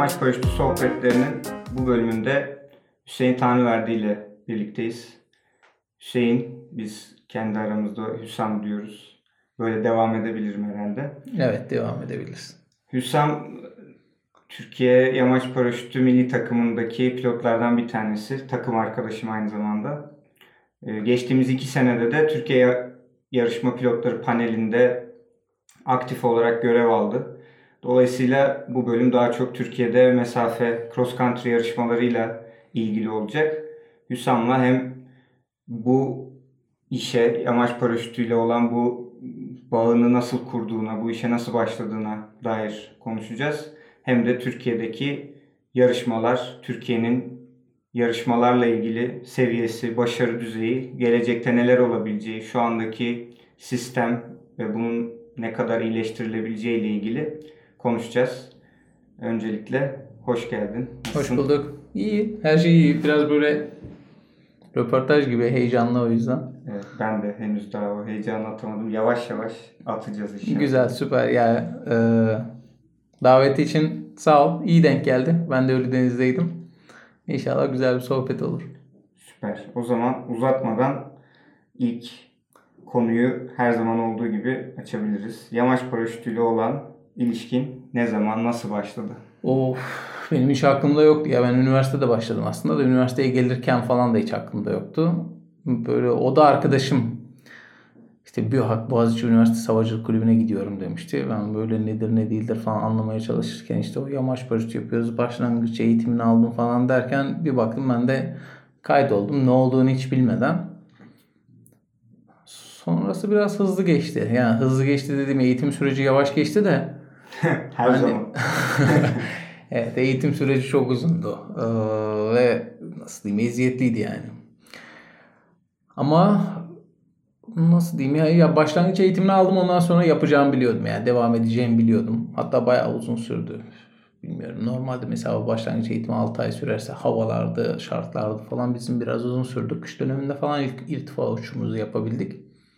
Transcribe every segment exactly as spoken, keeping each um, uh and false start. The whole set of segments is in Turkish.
Yamaç Paraşütü sohbetlerinin bu bölümünde Hüseyin Tanrıverdi ile birlikteyiz. Hüseyin, biz kendi aramızda Hüsam diyoruz. Böyle devam edebilirim herhalde. Evet, devam edebilirsin. Hüsam, Türkiye Yamaç Paraşütü milli takımındaki pilotlardan bir tanesi. Takım arkadaşım aynı zamanda. Ee, geçtiğimiz iki senede de Türkiye Yarışma Pilotları panelinde aktif olarak görev aldı. Dolayısıyla bu bölüm daha çok Türkiye'de mesafe cross country yarışmalarıyla ilgili olacak. Hüsam'la hem bu işe, yamaç paraşütüyle olan bu bağını nasıl kurduğuna, bu işe nasıl başladığına dair konuşacağız. Hem de Türkiye'deki yarışmalar, Türkiye'nin yarışmalarla ilgili seviyesi, başarı düzeyi, gelecekte neler olabileceği, şu andaki sistem ve bunun ne kadar iyileştirilebileceği ile ilgili konuşacağız. Öncelikle hoş geldin. Nasılsın? Hoş bulduk. İyi, her şey iyi. Biraz böyle röportaj gibi heyecanlı o yüzden. Evet, ben de henüz daha o heyecanı atamadım. Yavaş yavaş atacağız inşallah. Güzel, süper. Yani e, daveti için sağ ol. İyi denk geldi. Ben de Ölüdeniz'deydim. İnşallah güzel bir sohbet olur. Süper. O zaman uzatmadan ilk konuyu her zaman olduğu gibi açabiliriz. Yamaç paraşütüyle olan ilişkin ne zaman, nasıl başladı? Of, benim hiç aklımda yoktu ya. Ben üniversitede başladım aslında da üniversiteye gelirken falan da hiç aklımda yoktu. Böyle o da arkadaşım işte BÜHAK Boğaziçi Üniversitesi Havacılık Kulübü'ne gidiyorum demişti. Ben böyle nedir ne değildir falan anlamaya çalışırken işte o yamaç paraşütü yapıyoruz. Başlangıç eğitimini aldım falan derken bir baktım ben de kaydoldum. Ne olduğunu hiç bilmeden. Sonrası biraz hızlı geçti. Yani hızlı geçti dediğim eğitim süreci yavaş geçti de. Her hani... zaman. Evet, eğitim süreci çok uzundu. Ee, ve nasıl diyeyim eziyetliydi yani. Ama nasıl diyeyim ya, ya başlangıç eğitimini aldım, ondan sonra yapacağımı biliyordum yani devam edeceğimi biliyordum. Hatta bayağı uzun sürdü. Bilmiyorum, normalde mesela başlangıç eğitimi altı ay sürerse havalardı, şartlardı falan, bizim biraz uzun sürdü. Kış döneminde falan ilk irtifa uçuşumuzu yapabildik.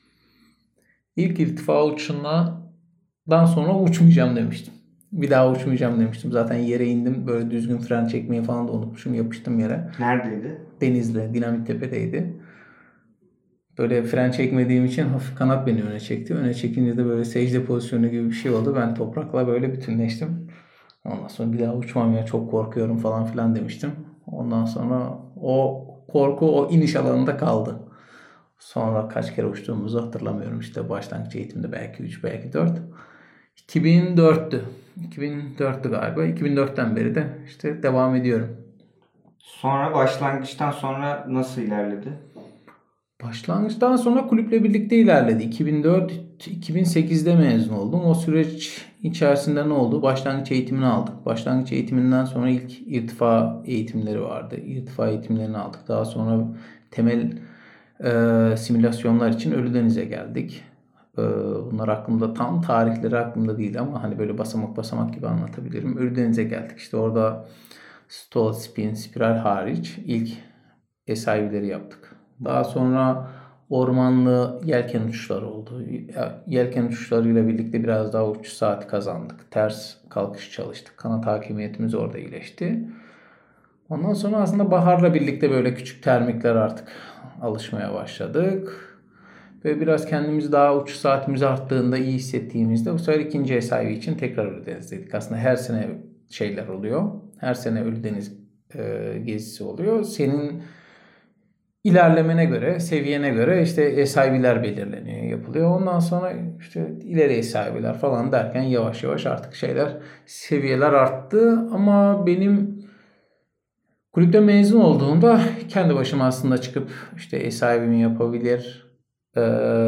İlk irtifa uçuşundan sonra uçmayacağım demiştim. Bir daha uçmayacağım demiştim. Zaten yere indim. Böyle düzgün fren çekmeyi falan da unutmuşum. Yapıştım yere. Neredeydi? Denizli. Dinamittepe'deydi. Böyle fren çekmediğim için hafif kanat beni öne çekti. Öne çekince de böyle secde pozisyonu gibi bir şey oldu. Ben toprakla böyle bütünleştim. Ondan sonra bir daha uçmam ya, çok korkuyorum falan filan demiştim. Ondan sonra o korku o iniş alanında kaldı. Sonra kaç kere uçtuğumuzu hatırlamıyorum. İşte başlangıç eğitimde belki üç, belki dört. iki bin dörttü. iki bin dörttü galiba. iki bin dörtten beri de işte devam ediyorum. Sonra başlangıçtan sonra nasıl ilerledi? Başlangıçtan sonra kulüple birlikte ilerledi. iki bin dört iki bin sekizde mezun oldum. O süreç içerisinde ne oldu? Başlangıç eğitimini aldık. Başlangıç eğitiminden sonra ilk irtifa eğitimleri vardı. İrtifa eğitimlerini aldık. Daha sonra temel e, simülasyonlar için Ölüdeniz'e geldik. E, bunlar aklımda, tam tarihleri aklımda değil ama hani böyle basamak basamak gibi anlatabilirim. Ölüdeniz'e geldik. İşte orada stall, spin, spiral hariç ilk S I V'leri yaptık. Daha sonra ormanlı yelken uçuşları oldu. Yelken uçuşlarıyla birlikte biraz daha uçuş saati kazandık. Ters kalkış çalıştık. Kanat hakimiyetimiz orada iyileşti. Ondan sonra aslında baharla birlikte böyle küçük termikler artık alışmaya başladık. Ve biraz kendimizi daha uçuş saatimiz arttığında iyi hissettiğimizde bu sefer ikinci S I V için tekrar Ölüdeniz dedik. Aslında her sene şeyler oluyor. Her sene Ölüdeniz e, gezisi oluyor. Senin İlerlemene göre, seviyene göre işte S I V'ler belirleniyor, yapılıyor. Ondan sonra işte ileri S I V'ler falan derken yavaş yavaş artık şeyler, seviyeler arttı. Ama benim kulüpte mezun olduğumda kendi başıma aslında çıkıp işte S I V'mi yapabilir, ee,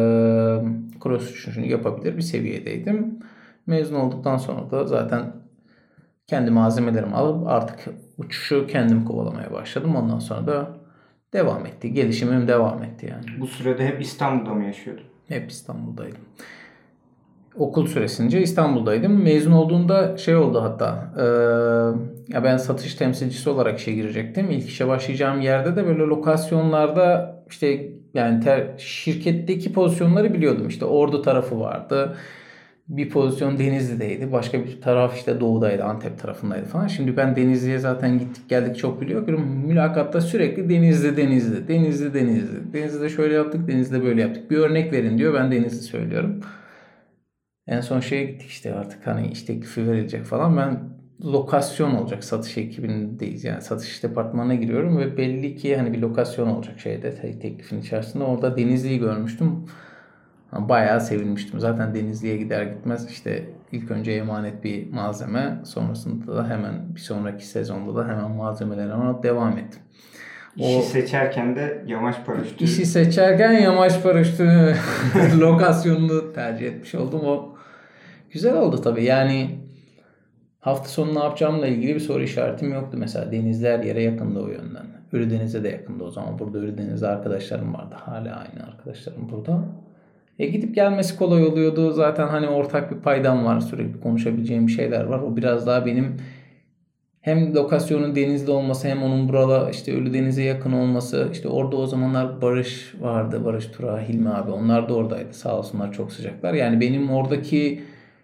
cross uçuşunu yapabilir bir seviyedeydim. Mezun olduktan sonra da zaten kendi malzemelerimi alıp artık uçuşu kendim kovalamaya başladım. Ondan sonra da devam etti. Gelişimim devam etti yani. Bu sürede hep İstanbul'da mı yaşıyordun? Hep İstanbul'daydım. Okul süresince İstanbul'daydım. Mezun olduğumda şey oldu hatta. E, ya ben satış temsilcisi olarak işe girecektim. İlk işe başlayacağım yerde de böyle lokasyonlarda işte yani ter, şirketteki pozisyonları biliyordum. İşte Ordu tarafı vardı. Bir pozisyon Denizli'deydi. Başka bir taraf işte doğudaydı. Antep tarafındaydı falan. Şimdi ben Denizli'ye zaten gittik geldik çok biliyorum. Mülakatta sürekli Denizli, Denizli, Denizli, Denizli. Denizli'de şöyle yaptık, Denizli'de böyle yaptık. Bir örnek verin diyor. Ben Denizli söylüyorum. En son şeye gittik işte artık hani iş teklifi verilecek falan. Ben lokasyon olacak. Satış ekibindeyiz. Yani satış departmanına giriyorum ve belli ki hani bir lokasyon olacak şeyde te- teklifin içerisinde. Orada Denizli'yi görmüştüm. Bayağı sevinmiştim. Zaten Denizli'ye gider gitmez işte ilk önce emanet bir malzeme. Sonrasında da hemen bir sonraki sezonda da hemen malzemelerine alıp devam ettim. İşi O seçerken de yamaç paraşütü. işi seçerken yamaç paraşütü lokasyonunu tercih etmiş oldum. O güzel oldu tabii. Yani hafta sonu ne yapacağımla ilgili bir soru işaretim yoktu. Mesela denizler her yere yakında o yönden. Ölüdeniz'e de yakında o zaman. Burada Ölüdeniz'de arkadaşlarım vardı. Hala aynı arkadaşlarım burada. E gidip gelmesi kolay oluyordu. Zaten hani ortak bir paydam var. Sürekli konuşabileceğim bir şeyler var. O biraz daha benim hem lokasyonun denizde olması hem onun buralı işte Ölüdeniz'e yakın olması. İşte orada o zamanlar Barış vardı. Barış Tura, Hilmi abi. Onlar da oradaydı. Sağ olsunlar çok sıcaklar. Yani benim oradaki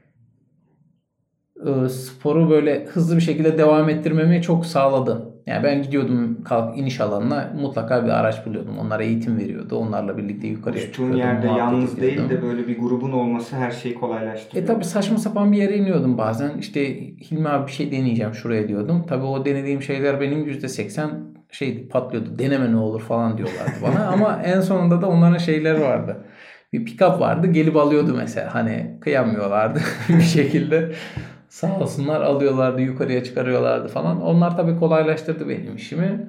e, sporu böyle hızlı bir şekilde devam ettirmemi çok sağladı. Yani ben gidiyordum kalk iniş alanına mutlaka bir araç buluyordum. Onlara eğitim veriyordu. Onlarla birlikte yukarıya Uçtuğun çıkıyordum. yerde muhabbet yalnız değil ediyordum. de böyle bir grubun olması her şeyi E kolaylaştırıyor. tabi saçma sapan bir yere iniyordum bazen. İşte Hilmi abi bir şey deneyeceğim şuraya diyordum. Tabi o denediğim şeyler benim yüzde seksen şeydi patlıyordu. Deneme ne olur falan diyorlardı bana. Ama en sonunda da onların şeyleri vardı. Bir pick-up vardı gelip alıyordu mesela. Hani kıyamıyorlardı bir şekilde. Sağ olsunlar alıyorlardı yukarıya çıkarıyorlardı falan. Onlar tabii kolaylaştırdı benim işimi.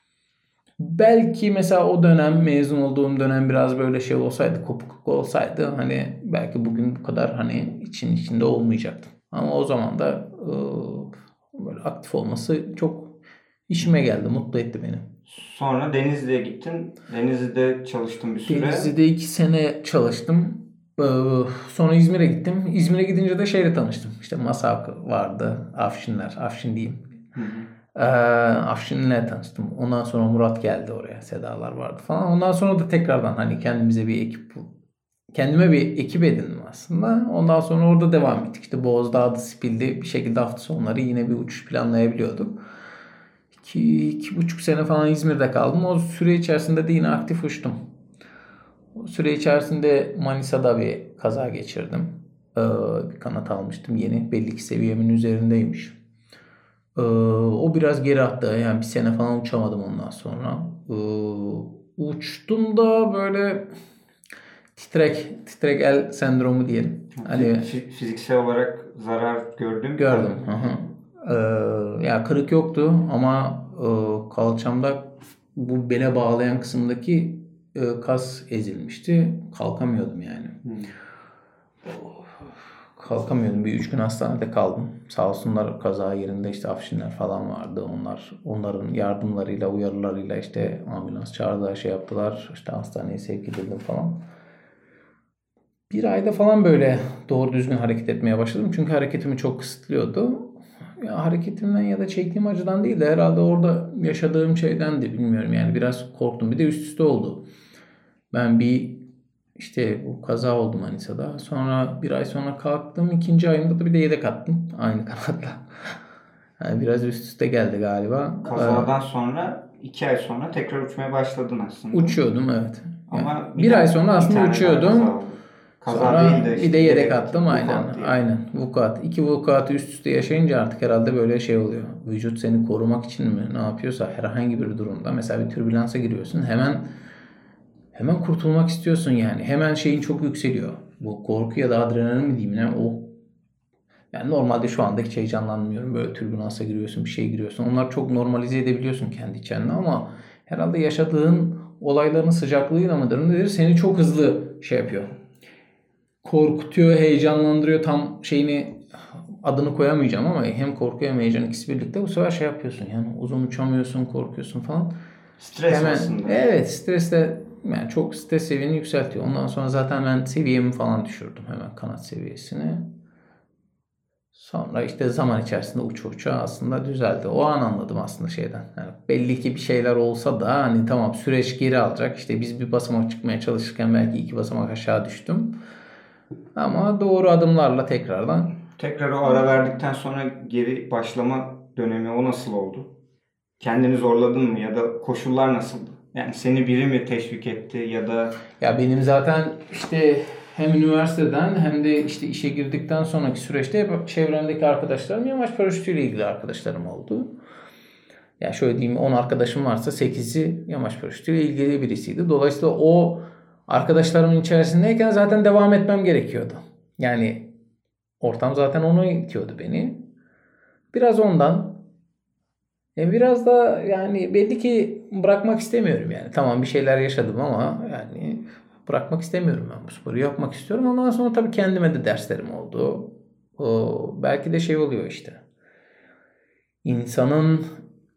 Belki mesela o dönem mezun olduğum dönem biraz böyle şey olsaydı kopukluk olsaydı hani belki bugün bu kadar hani için içinde olmayacaktım. Ama o zaman da e, böyle aktif olması çok işime geldi. Mutlu etti beni. Sonra Denizli'ye gittin. Denizli'de çalıştın bir süre. Denizli'de iki sene çalıştım. Ee, Sonra İzmir'e gittim. İzmir'e gidince de şeyle tanıştım. İşte Masak vardı. Afşinler. Afşin diyeyim. Hı hı. Ee, Afşin'le tanıştım. Ondan sonra Murat geldi oraya. Sedalar vardı falan. Ondan sonra da tekrardan hani kendimize bir ekip kendime bir ekip edindim aslında. Ondan sonra orada devam ettik. İşte Boğazdağ'da, Spil'de bir şekilde hafta sonları yine bir uçuş planlayabiliyorduk. İki, iki buçuk sene falan İzmir'de kaldım. O süre içerisinde de yine aktif uçtum. O süre içerisinde Manisa'da bir kaza geçirdim. Ee, bir kanat almıştım yeni. Belli ki seviyemin üzerindeymiş. Ee, o biraz geri attı. Yani bir sene falan uçamadım ondan sonra. Ee, uçtum da böyle titrek, titrek el sendromu diyelim. Hani Fi- Fiziksel olarak zarar gördün mü? gördüm. Hı hı. Ee, ya kırık yoktu ama e, kalçamda bu bele bağlayan kısımdaki e, kas ezilmişti. Kalkamıyordum yani. Hı. Kalkamıyordum. Bir üç gün hastanede kaldım. Sağ olsunlar kaza yerinde işte afşinler falan vardı. Onlar onların yardımlarıyla, uyarılarıyla işte ambulans çağırdılar, şey yaptılar. İşte hastaneye sevk edildim falan. Bir ayda falan böyle doğru düzgün hareket etmeye başladım. Çünkü hareketimi çok kısıtlıyordu. Ya hareketimden ya da çektiğim acıdan değil de herhalde orada yaşadığım şeyden de bilmiyorum. Yani biraz korktum. Bir de üst üste oldu. Ben bir işte bu kaza oldu Manisa'da. Sonra bir ay sonra kalktım. İkinci ayımda da bir de yedek attım. Aynı kanatla. Yani biraz üst üste geldi galiba. Kazadan sonra iki ay sonra tekrar uçmaya başladın aslında. Uçuyordum evet. Yani Ama bir ay sonra bir aslında tane daha uçuyordum. kaza oldu. Kaza Sonra değil de bir işte de yedek yedek, attım aynen. vukuat diye. Aynen. Vukuat. İki vukuatı üst üste yaşayınca artık herhalde böyle şey oluyor. Vücut seni korumak için mi ne yapıyorsa herhangi bir durumda mesela bir türbülansa giriyorsun hemen hemen kurtulmak istiyorsun yani. Hemen şeyin çok yükseliyor. Bu korku ya da adrenalin mi diyeyim ne o. Yani normalde şu anda hiç heyecanlanmıyorum. Böyle türbülansa giriyorsun, bir şeye giriyorsun. Onlar çok normalize edebiliyorsun kendi içinde ama herhalde yaşadığın olayların sıcaklığıyla mıdır nedir seni çok hızlı şey yapıyor. Korkutuyor, heyecanlandırıyor. Tam şeyini adını koyamayacağım ama hem korku hem heyecan ikisi birlikte bu sefer şey yapıyorsun. Yani uzun uçamıyorsun, korkuyorsun falan. Stres Hemen aslında. evet stresle yani çok stres seviyeni yükseltiyor. Ondan sonra zaten ben seviyemi falan düşürdüm hemen kanat seviyesini. Sonra işte zaman içerisinde uça uça aslında düzeldi. O an anladım aslında şeyden. Yani belli ki bir şeyler olsa da hani tamam süreç geri alacak. İşte biz bir basamak çıkmaya çalışırken belki iki basamak aşağı düştüm. Ama doğru adımlarla tekrardan. Tekrar o ara verdikten sonra geri başlama dönemi o nasıl oldu? Kendini zorladın mı ya da koşullar nasıldı? Yani seni biri mi teşvik etti ya da Ya benim zaten işte hem üniversiteden hem de işte işe girdikten sonraki süreçte hep çevremdeki arkadaşlarım yamaç paraşütüyle ilgili arkadaşlarım oldu. Ya şöyle diyeyim, on arkadaşım varsa sekizi yamaç paraşütüyle ilgili birisiydi. Dolayısıyla o arkadaşlarımın içerisindeyken zaten devam etmem gerekiyordu. Yani ortam zaten onu itiyordu beni. Biraz ondan. E biraz da yani belli ki bırakmak istemiyorum yani. Tamam, bir şeyler yaşadım ama yani bırakmak istemiyorum ben bu sporu. Yapmak istiyorum. Ondan sonra tabii kendime de derslerim oldu. O, belki de şey oluyor işte. İnsanın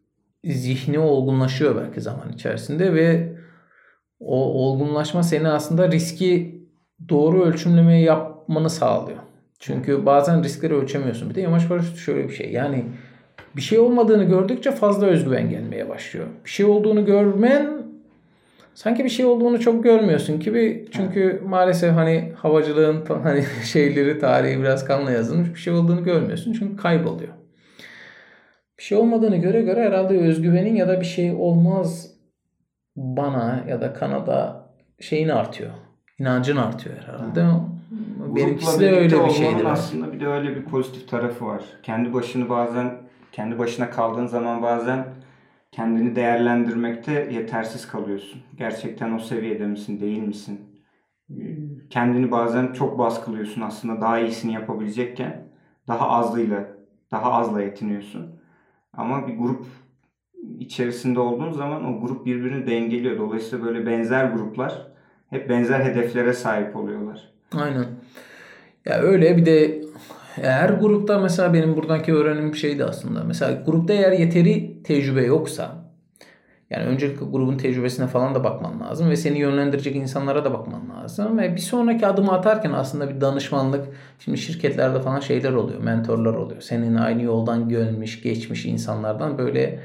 zihni olgunlaşıyor belki zaman içerisinde ve o olgunlaşma seni aslında riski doğru ölçümlemeyi yapmanı sağlıyor. Çünkü bazen riskleri ölçemiyorsun. Bir de yamaç paraşütü şöyle bir şey. Yani bir şey olmadığını gördükçe fazla özgüven gelmeye başlıyor. Bir şey olduğunu görmen, sanki bir şey olduğunu çok görmüyorsun gibi. Çünkü maalesef hani havacılığın hani şeyleri, tarihi biraz kanla yazılmış. Bir şey olduğunu görmüyorsun çünkü kayboluyor. Bir şey olmadığını göre göre herhalde özgüvenin ya da bir şey olmaz bana ya da Kanada şeyin artıyor. İnancın artıyor herhalde. Benimkisi de öyle bir şeydir. Aslında bir de öyle bir pozitif tarafı var. Kendi başını bazen, kendi başına kaldığın zaman bazen kendini değerlendirmekte yetersiz kalıyorsun. Gerçekten o seviyede misin, değil misin? Kendini bazen çok baskılıyorsun aslında daha iyisini yapabilecekken daha azıyla, daha azla yetiniyorsun. Ama bir grup içerisinde olduğun zaman o grup birbirini dengeliyor. Dolayısıyla böyle benzer gruplar hep benzer hedeflere sahip oluyorlar. Aynen. Ya öyle bir de her grupta mesela benim buradaki öğrenim şeydi aslında. Mesela grupta eğer yeteri tecrübe yoksa, yani öncelikle grubun tecrübesine falan da bakman lazım ve seni yönlendirecek insanlara da bakman lazım. Ve bir sonraki adımı atarken aslında bir danışmanlık, şimdi şirketlerde falan şeyler oluyor, mentorlar oluyor. Senin aynı yoldan gelmiş, geçmiş insanlardan böyle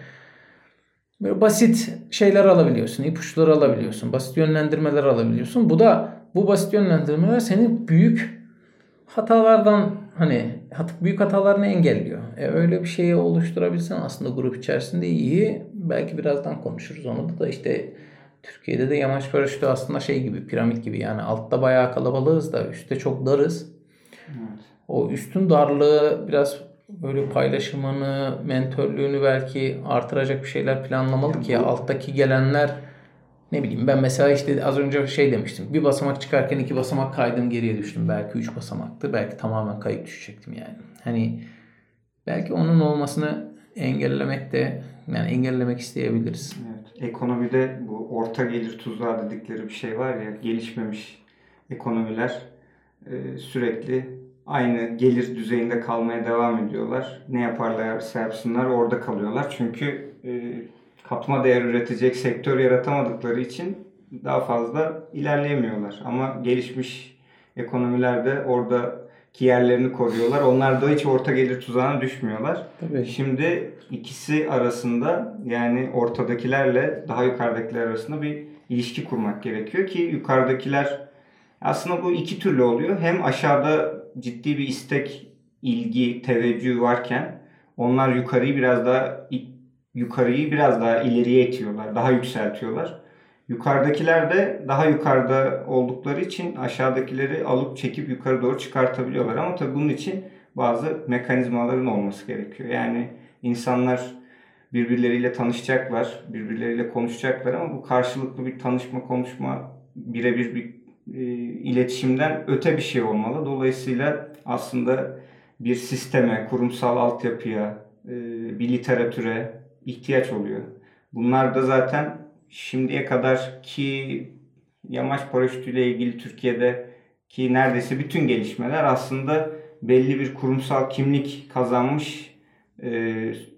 böyle basit şeyler alabiliyorsun, ipuçları alabiliyorsun, basit yönlendirmeler alabiliyorsun. Bu da bu basit yönlendirmeler senin büyük hatalardan hani büyük hatalarını engelliyor. E öyle bir şeyi oluşturabilsen aslında grup içerisinde iyi. Belki birazdan konuşuruz onu da da işte Türkiye'de de yamaç paraşütü aslında şey gibi, piramit gibi, yani altta bayağı kalabalığız da üstte çok darız. Evet. O üstün darlığı biraz böyle paylaşımını, mentörlüğünü belki artıracak bir şeyler planlamalı ki alttaki gelenler, ne bileyim, ben mesela işte az önce şey demiştim. Bir basamak çıkarken iki basamak kaydım, geriye düştüm. Belki üç basamaktı. Belki tamamen kayıp düşecektim yani. Hani belki onun olmasını engellemek de, yani engellemek isteyebiliriz. Evet. Ekonomide bu orta gelir tuzağı dedikleri bir şey var ya, gelişmemiş ekonomiler e, sürekli aynı gelir düzeyinde kalmaya devam ediyorlar. Ne yaparlarsa yapsınlar orada kalıyorlar. Çünkü e, katma değer üretecek sektör yaratamadıkları için daha fazla ilerleyemiyorlar. Ama gelişmiş ekonomilerde oradaki yerlerini koruyorlar. Onlar da hiç orta gelir tuzağına düşmüyorlar. Tabii. Şimdi ikisi arasında, yani ortadakilerle daha yukarıdakiler arasında bir ilişki kurmak gerekiyor ki yukarıdakiler, aslında bu iki türlü oluyor. Hem aşağıda ciddi bir istek, ilgi, teveccüh varken onlar yukarıyı biraz daha yukarıyı biraz daha ileriye itiyorlar, daha yükseltiyorlar. Yukarıdakiler de daha yukarıda oldukları için aşağıdakileri alıp çekip yukarı doğru çıkartabiliyorlar. Ama tabii bunun için bazı mekanizmaların olması gerekiyor. Yani insanlar birbirleriyle tanışacaklar, birbirleriyle konuşacaklar ama bu karşılıklı bir tanışma, konuşma, birebir bir e, iletişimden öte bir şey olmalı. Dolayısıyla aslında bir sisteme, kurumsal altyapıya, e, bir literatüre ihtiyaç oluyor. Bunlar da zaten şimdiye kadar ki yamaç paraşütüyle ilgili Türkiye'deki neredeyse bütün gelişmeler aslında belli bir kurumsal kimlik kazanmış e,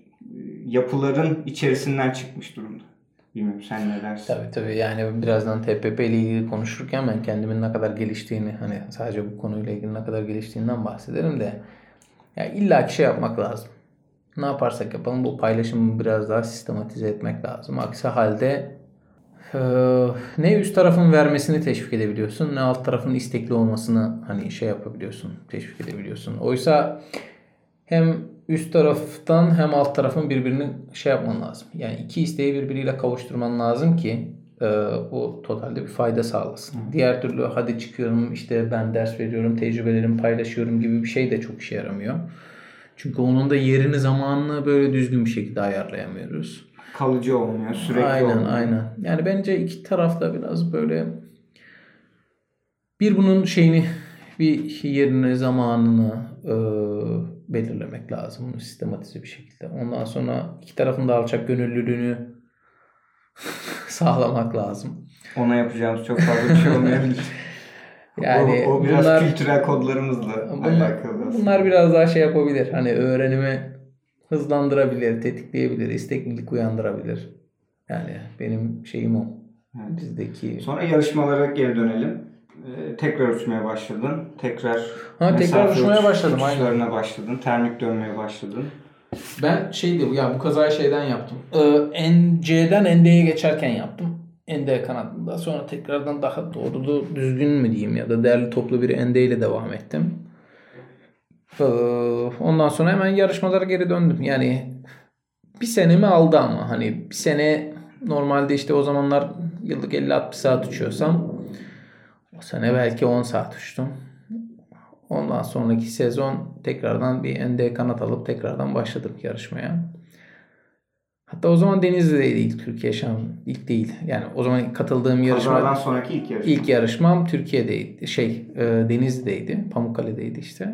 yapıların içerisinden çıkmış durumda. Bilmiyorum, sen ne dersin? Tabii tabii, yani birazdan T P P ile ilgili konuşurken ben kendimin ne kadar geliştiğini, hani sadece bu konuyla ilgili ne kadar geliştiğinden bahsederim de ya illa ki şey yapmak lazım. Ne yaparsak yapalım bu paylaşımı biraz daha sistematize etmek lazım. Aksi halde Ee, ne üst tarafın vermesini teşvik edebiliyorsun, ne alt tarafın istekli olmasını hani şey yapabiliyorsun, teşvik edebiliyorsun. Oysa hem üst taraftan hem alt tarafın birbirini şey yapman lazım. Yani iki isteği birbiriyle kavuşturman lazım ki e, o totalde bir fayda sağlasın. Hı. Diğer türlü hadi çıkıyorum işte ben ders veriyorum, tecrübelerimi paylaşıyorum gibi bir şey de çok işe yaramıyor. Çünkü onun da yerini, zamanını böyle düzgün bir şekilde ayarlayamıyoruz. Kalıcı olmuyor, sürekli aynen, olmuyor. Aynen. Yani bence iki tarafta biraz böyle bir bunun şeyini, bir yerini, zamanını e, belirlemek lazım. Bunu sistematize bir şekilde. Ondan sonra iki tarafın da alçak gönüllülüğünü sağlamak lazım. Ona yapacağımız çok fazla bir şey olmayabilir. Yani o, o biraz bunlar, kültürel kodlarımızla bunlar, alakalı. Bunlar biraz daha şey yapabilir. Hani öğrenimi hızlandırabilir, tetikleyebilir, isteklilik uyandırabilir. Yani benim şeyim o. Evet. Bizdeki. Sonra yarışmalara geri dönelim. Ee, tekrar uçmaya başladın. Tekrar ha, tekrar uçmaya başladım. Uçuşlarına başladın. Termik dönmeye başladın. Ben şeydi ya bu kazayı şeyden yaptım. Ee, N C'den N D'ye geçerken yaptım. N D kanadında. Sonra tekrardan daha doğru düzgün mü diyeyim ya da derli toplu bir N D ile devam ettim. Ee, ondan sonra hemen yarışmalara geri döndüm. Yani bir senemi aldı ama hani bir sene normalde işte o zamanlar yıllık elli altmış saat uçuyorsam o sene belki on saat uçtum. Ondan sonraki sezon tekrardan bir N D kanat alıp tekrardan başladım yarışmaya. Hatta o zaman Denizli'deydi ilk Türkiye şam ilk değil. Yani o zaman katıldığım yarışma Kazadan sonraki ilk yarışma. İlk yarışmam Türkiye'deydi. Şey, e, Denizli'deydi. Pamukkale'deydi işte.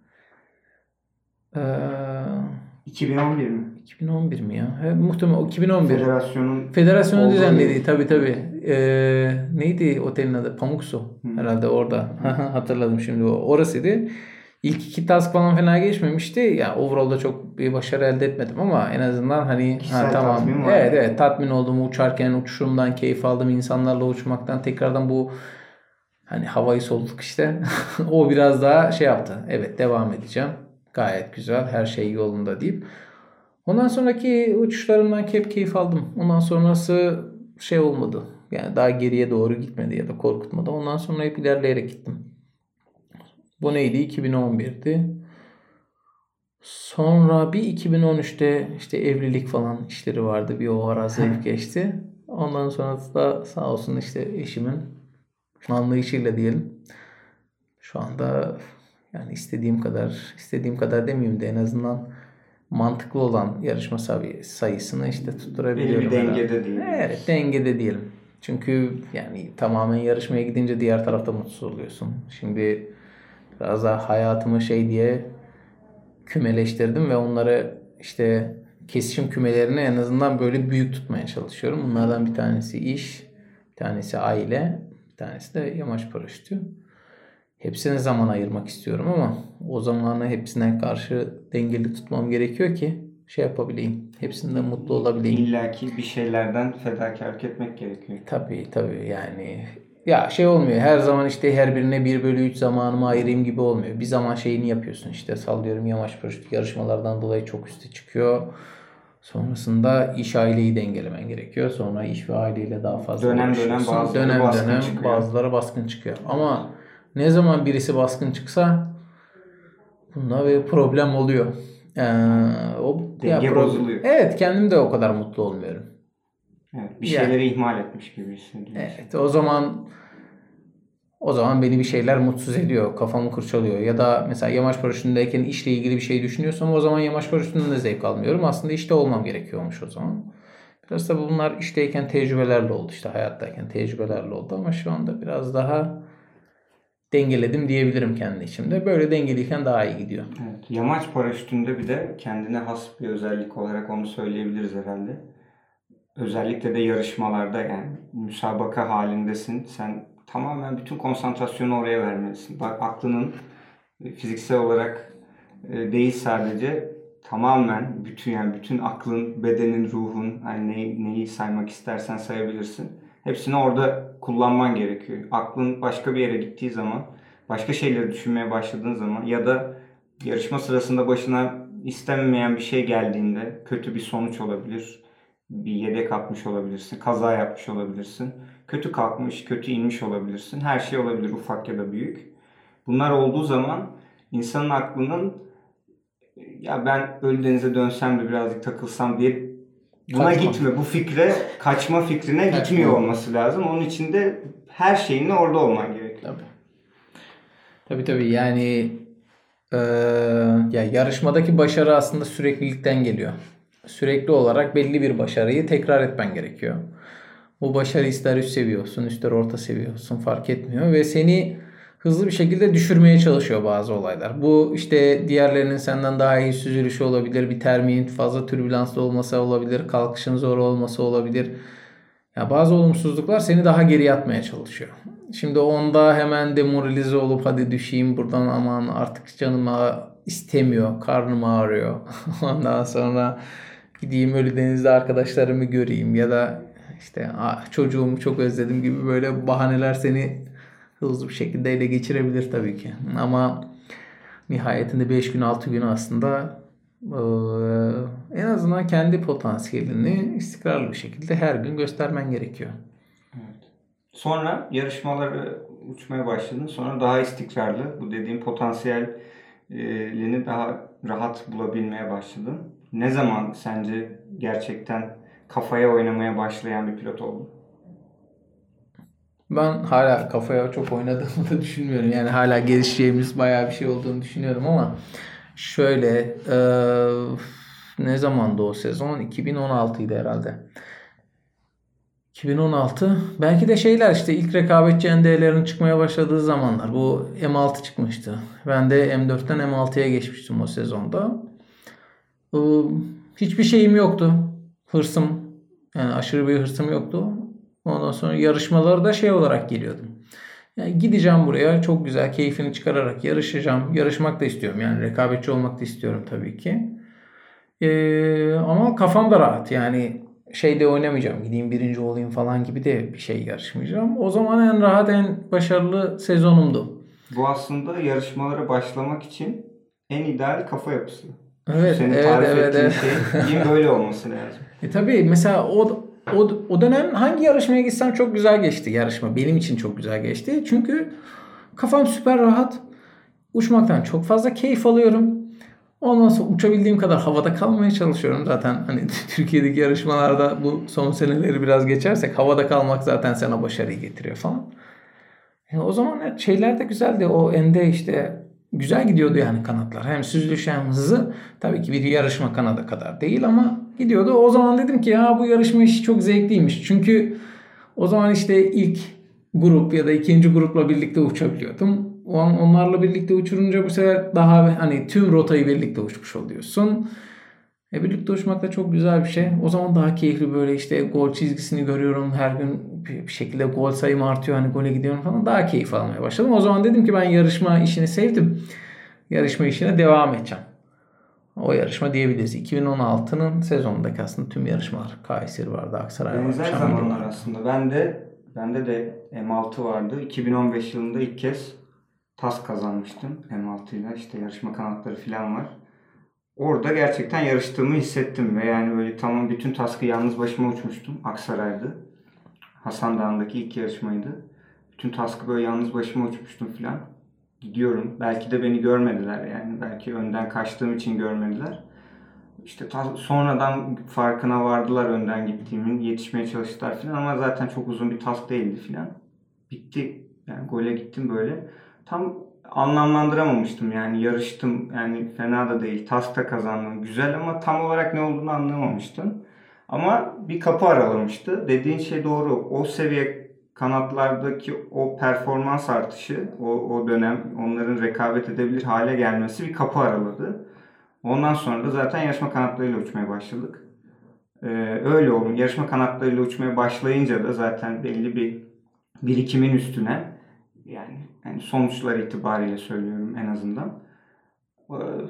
Ee, iki bin on bir mi? iki bin on bir mi ya? He, muhtemelen o iki bin on bir. Federasyonun Federasyonun düzenlediği tabii tabii. Ee, neydi otelin adı? Pamuksu. Hı. Herhalde orada. Hatırladım şimdi o. Orasıydı. İlk iki task falan fena geçmemişti. Ya yani overall'da çok bir başarı elde etmedim ama en azından hani ha, tamam. Evet evet tatmin oldum uçarken, uçuşumdan keyif aldım, insanlarla uçmaktan tekrardan bu hani havayı soluduk işte. O biraz daha şey yaptı. Evet devam edeceğim. Gayet güzel. Her şey yolunda deyip. Ondan sonraki uçuşlarımdan hep keyif aldım. Ondan sonrası şey olmadı. Yani daha geriye doğru gitmedi ya da korkutmadı. Ondan sonra hep ilerleyerek gittim. Bu neydi? iki bin on birdi. Sonra bir iki bin on üçte işte evlilik falan işleri vardı. Bir o ara zayıf geçti. Ondan sonra da sağ olsun işte eşimin anlayışıyla diyelim. Şu anda yani istediğim kadar, istediğim kadar demeyeyim de en azından mantıklı olan yarışma sayısını işte tutturabiliyorum. Belli bir dengede diyelim. Evet, dengede diyelim. Çünkü yani tamamen yarışmaya gidince diğer tarafta mutsuz oluyorsun. Şimdi biraz daha hayatımı şey diye kümeleştirdim ve onları işte kesişim kümelerini en azından böyle büyük tutmaya çalışıyorum. Bunlardan bir tanesi iş, bir tanesi aile, bir tanesi de yamaç paraşütü. Hepsine zaman ayırmak istiyorum ama o zamanı hepsine karşı dengeli tutmam gerekiyor ki şey yapabileyim. Hepsinde mutlu olabileyim. İlla ki bir şeylerden fedakarlık etmek gerekiyor. Tabii tabii yani. Ya şey olmuyor her zaman işte her birine bir bölü üç zamanımı ayırayım gibi olmuyor. Bir zaman şeyini yapıyorsun işte sallıyorum yamaç paraşütü yarışmalardan dolayı çok üste çıkıyor. Sonrasında iş aileyi dengelemen gerekiyor. Sonra iş ve aileyle daha fazla dönem uğraşıyorsun. dönem bazıları dönem baskın dönem çıkıyor. bazıları baskın çıkıyor. Ama ne zaman birisi baskın çıksa bunda bir problem oluyor. Ee, o Denge ya, bozuluyor. Evet kendim de o kadar mutlu olmuyorum. Evet, bir şeyleri yani, ihmal etmiş gibi hissediyorsun. Evet o zaman o zaman beni bir şeyler mutsuz ediyor. Kafamı kurcalıyor. Ya da mesela yamaç paraşütündeyken işle ilgili bir şey düşünüyorsam o zaman yamaç paraşütünden de zevk almıyorum. Aslında işte olmam gerekiyormuş o zaman. Biraz da bunlar işteyken tecrübelerle oldu. İşte hayattayken tecrübelerle oldu ama şu anda biraz daha dengeledim diyebilirim kendi içimde. Böyle dengeliyken daha iyi gidiyor. Evet, yamaç paraşütünde bir de kendine has bir özellik olarak onu söyleyebiliriz herhalde. Özellikle de yarışmalarda yani müsabaka halindesin. Sen tamamen bütün konsantrasyonu oraya vermelisin. Bak aklının fiziksel olarak değil sadece tamamen bütün yani bütün aklın, bedenin, ruhun yani neyi, neyi saymak istersen sayabilirsin. Hepsini orada kullanman gerekiyor. Aklın başka bir yere gittiği zaman, başka şeyleri düşünmeye başladığın zaman ya da yarışma sırasında başına istenmeyen bir şey geldiğinde kötü bir sonuç olabilir. bir yedek atmış olabilirsin, kaza yapmış olabilirsin, kötü kalkmış, kötü inmiş olabilirsin. Her şey olabilir, ufak ya da büyük. Bunlar olduğu zaman insanın aklının ya ben Ölüdeniz'e dönsem de birazcık takılsam diye buna Kaçma. gitme, bu fikre, kaçma fikrine Kaçma. gitmiyor olması lazım. Onun için de her şeyinle orada olman gerekiyor. Tabii. Tabii tabii yani eee, ya yarışmadaki başarı aslında süreklilikten geliyor. Sürekli olarak belli bir başarıyı tekrar etmen gerekiyor. Bu başarı ister üst seviye olsun, ister orta seviye olsun fark etmiyor ve seni hızlı bir şekilde düşürmeye çalışıyor bazı olaylar. Bu işte diğerlerinin senden daha iyi süzülüşü olabilir, bir termiğin fazla türbülanslı olması olabilir, kalkışın zor olması olabilir. Ya bazı olumsuzluklar seni daha geriye atmaya çalışıyor. Şimdi onda hemen demoralize olup hadi düşeyim buradan aman artık canım istemiyor, karnım ağrıyor. Ondan sonra gideyim Ölüdeniz'de arkadaşlarımı göreyim ya da işte çocuğumu çok özledim gibi böyle bahaneler seni hızlı bir şekilde ele geçirebilir tabii ki. Ama nihayetinde beş gün altı gün aslında en azından kendi potansiyelini istikrarlı bir şekilde her gün göstermen gerekiyor. Evet. Sonra yarışmaları uçmaya başladın. Sonra daha istikrarlı, bu dediğim potansiyelini daha rahat bulabilmeye başladın. Ne zaman sence gerçekten kafaya oynamaya başlayan bir pilot oldun? Ben hala kafaya çok oynadığımı da düşünmüyorum. Yani hala gelişeceğimiz bayağı bir şey olduğunu düşünüyorum ama şöyle e, ne zamandı o sezon? iki bin on altıydı herhalde. iki bin on altı belki de şeyler işte ilk rekabetçi N D'lerin çıkmaya başladığı zamanlar. Bu M altı çıkmıştı. Ben de M dörtten M altıya geçmiştim o sezonda. Ee, hiçbir şeyim yoktu. Hırsım yani aşırı bir hırsım yoktu. Ondan sonra yarışmalara da şey olarak geliyordum. Yani gideceğim buraya çok güzel keyfini çıkararak yarışacağım. Yarışmak da istiyorum yani rekabetçi olmak da istiyorum tabii ki. Ee, ama kafam da rahat yani şeyde oynamayacağım. Gideyim birinci olayım falan gibi de bir şey yarışmayacağım. O zaman en rahat en başarılı sezonumdu. Bu aslında yarışmalara başlamak için en ideal kafa yapısı. Evet, Senin evet, tarif evet, ettiğin evet. şeyin böyle olması lazım. E tabii mesela o, o, o dönem hangi yarışmaya gitsem çok güzel geçti yarışma. Benim için çok güzel geçti. Çünkü kafam süper rahat. Uçmaktan çok fazla keyif alıyorum. Ondan sonra uçabildiğim kadar havada kalmaya çalışıyorum. Zaten hani Türkiye'deki yarışmalarda bu son seneleri biraz geçersek havada kalmak zaten sana başarıyı getiriyor falan. Yani o zaman şeyler de güzeldi. O ende işte güzel gidiyordu yani kanatlar. Hem süzülüş hem hızı. Tabii ki bir yarışma kanadı kadar değil ama gidiyordu. O zaman dedim ki ya bu yarışma işi çok zevkliymiş. Çünkü o zaman işte ilk grup ya da ikinci grupla birlikte uçabiliyordum. Onlarla birlikte uçurunca bu sefer daha hani tüm rotayı birlikte uçmuş oluyorsun. E birlikte uçmak da çok güzel bir şey. O zaman daha keyifli böyle işte gol çizgisini görüyorum. Her gün bir şekilde gol sayım artıyor. Hani gole gidiyorum falan. Daha keyif almaya başladım. O zaman dedim ki ben yarışma işini sevdim. Yarışma işine devam edeceğim. O yarışma diyebiliriz. iki bin on altının sezonundaki aslında tüm yarışmalar. Kayseri vardı, Aksaray vardı. Benzer Şanlıurfa zamanlar vardı. aslında. Ben de bende de M altı vardı. iki bin on beş yılında ilk kez T A S kazanmıştım M altı ile. İşte yarışma kanatları falan var. Orada gerçekten yarıştığımı hissettim ve yani böyle tamam bütün task'ı yalnız başıma uçmuştum. Aksaray'dı. Hasan Dağı'ndaki ilk yarışmaydı. Bütün task'ı böyle yalnız başıma uçmuştum filan. Gidiyorum. Belki de beni görmediler yani. Belki önden kaçtığım için görmediler. İşte ta- sonradan farkına vardılar önden gittiğimin. Yetişmeye çalıştılar filan ama zaten çok uzun bir task değildi filan. Bitti. Yani gole gittim böyle. Tam anlamlandıramamıştım yani yarıştım yani fena da değil. Task'ta kazandım. Güzel ama tam olarak ne olduğunu anlamamıştım. Ama bir kapı aralamıştı. Dediğin şey doğru. O seviye kanatlardaki o performans artışı, o, o dönem onların rekabet edebilir hale gelmesi bir kapı araladı. Ondan sonra da zaten yarışma kanatlarıyla uçmaya başladık. Ee, öyle oldu. Yarışma kanatlarıyla uçmaya başlayınca da zaten belli bir birikimin üstüne yani, yani sonuçlar itibariyle söylüyorum en azından. Ee,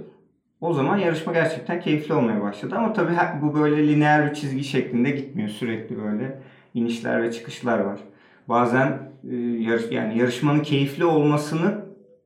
o zaman yarışma gerçekten keyifli olmaya başladı. Ama tabii bu böyle lineer bir çizgi şeklinde gitmiyor. Sürekli böyle inişler ve çıkışlar var. Bazen e, yarış, yani yarışmanın keyifli olmasını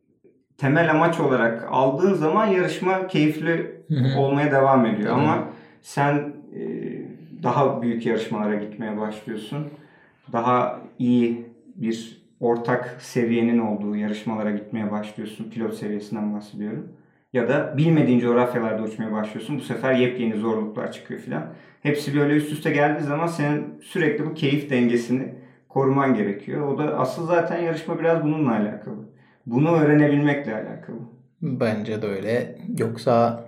temel amaç olarak aldığın zaman yarışma keyifli olmaya devam ediyor. Tabii. Ama sen e, daha büyük yarışmalara gitmeye başlıyorsun. Daha iyi bir ortak seviyenin olduğu yarışmalara gitmeye başlıyorsun. Pilot seviyesinden bahsediyorum. Ya da bilmediğin coğrafyalarda uçmaya başlıyorsun. Bu sefer yepyeni zorluklar çıkıyor filan. Hepsi böyle üst üste geldiği zaman senin sürekli bu keyif dengesini koruman gerekiyor. O da asıl zaten yarışma biraz bununla alakalı. Bunu öğrenebilmekle alakalı. Bence de öyle. Yoksa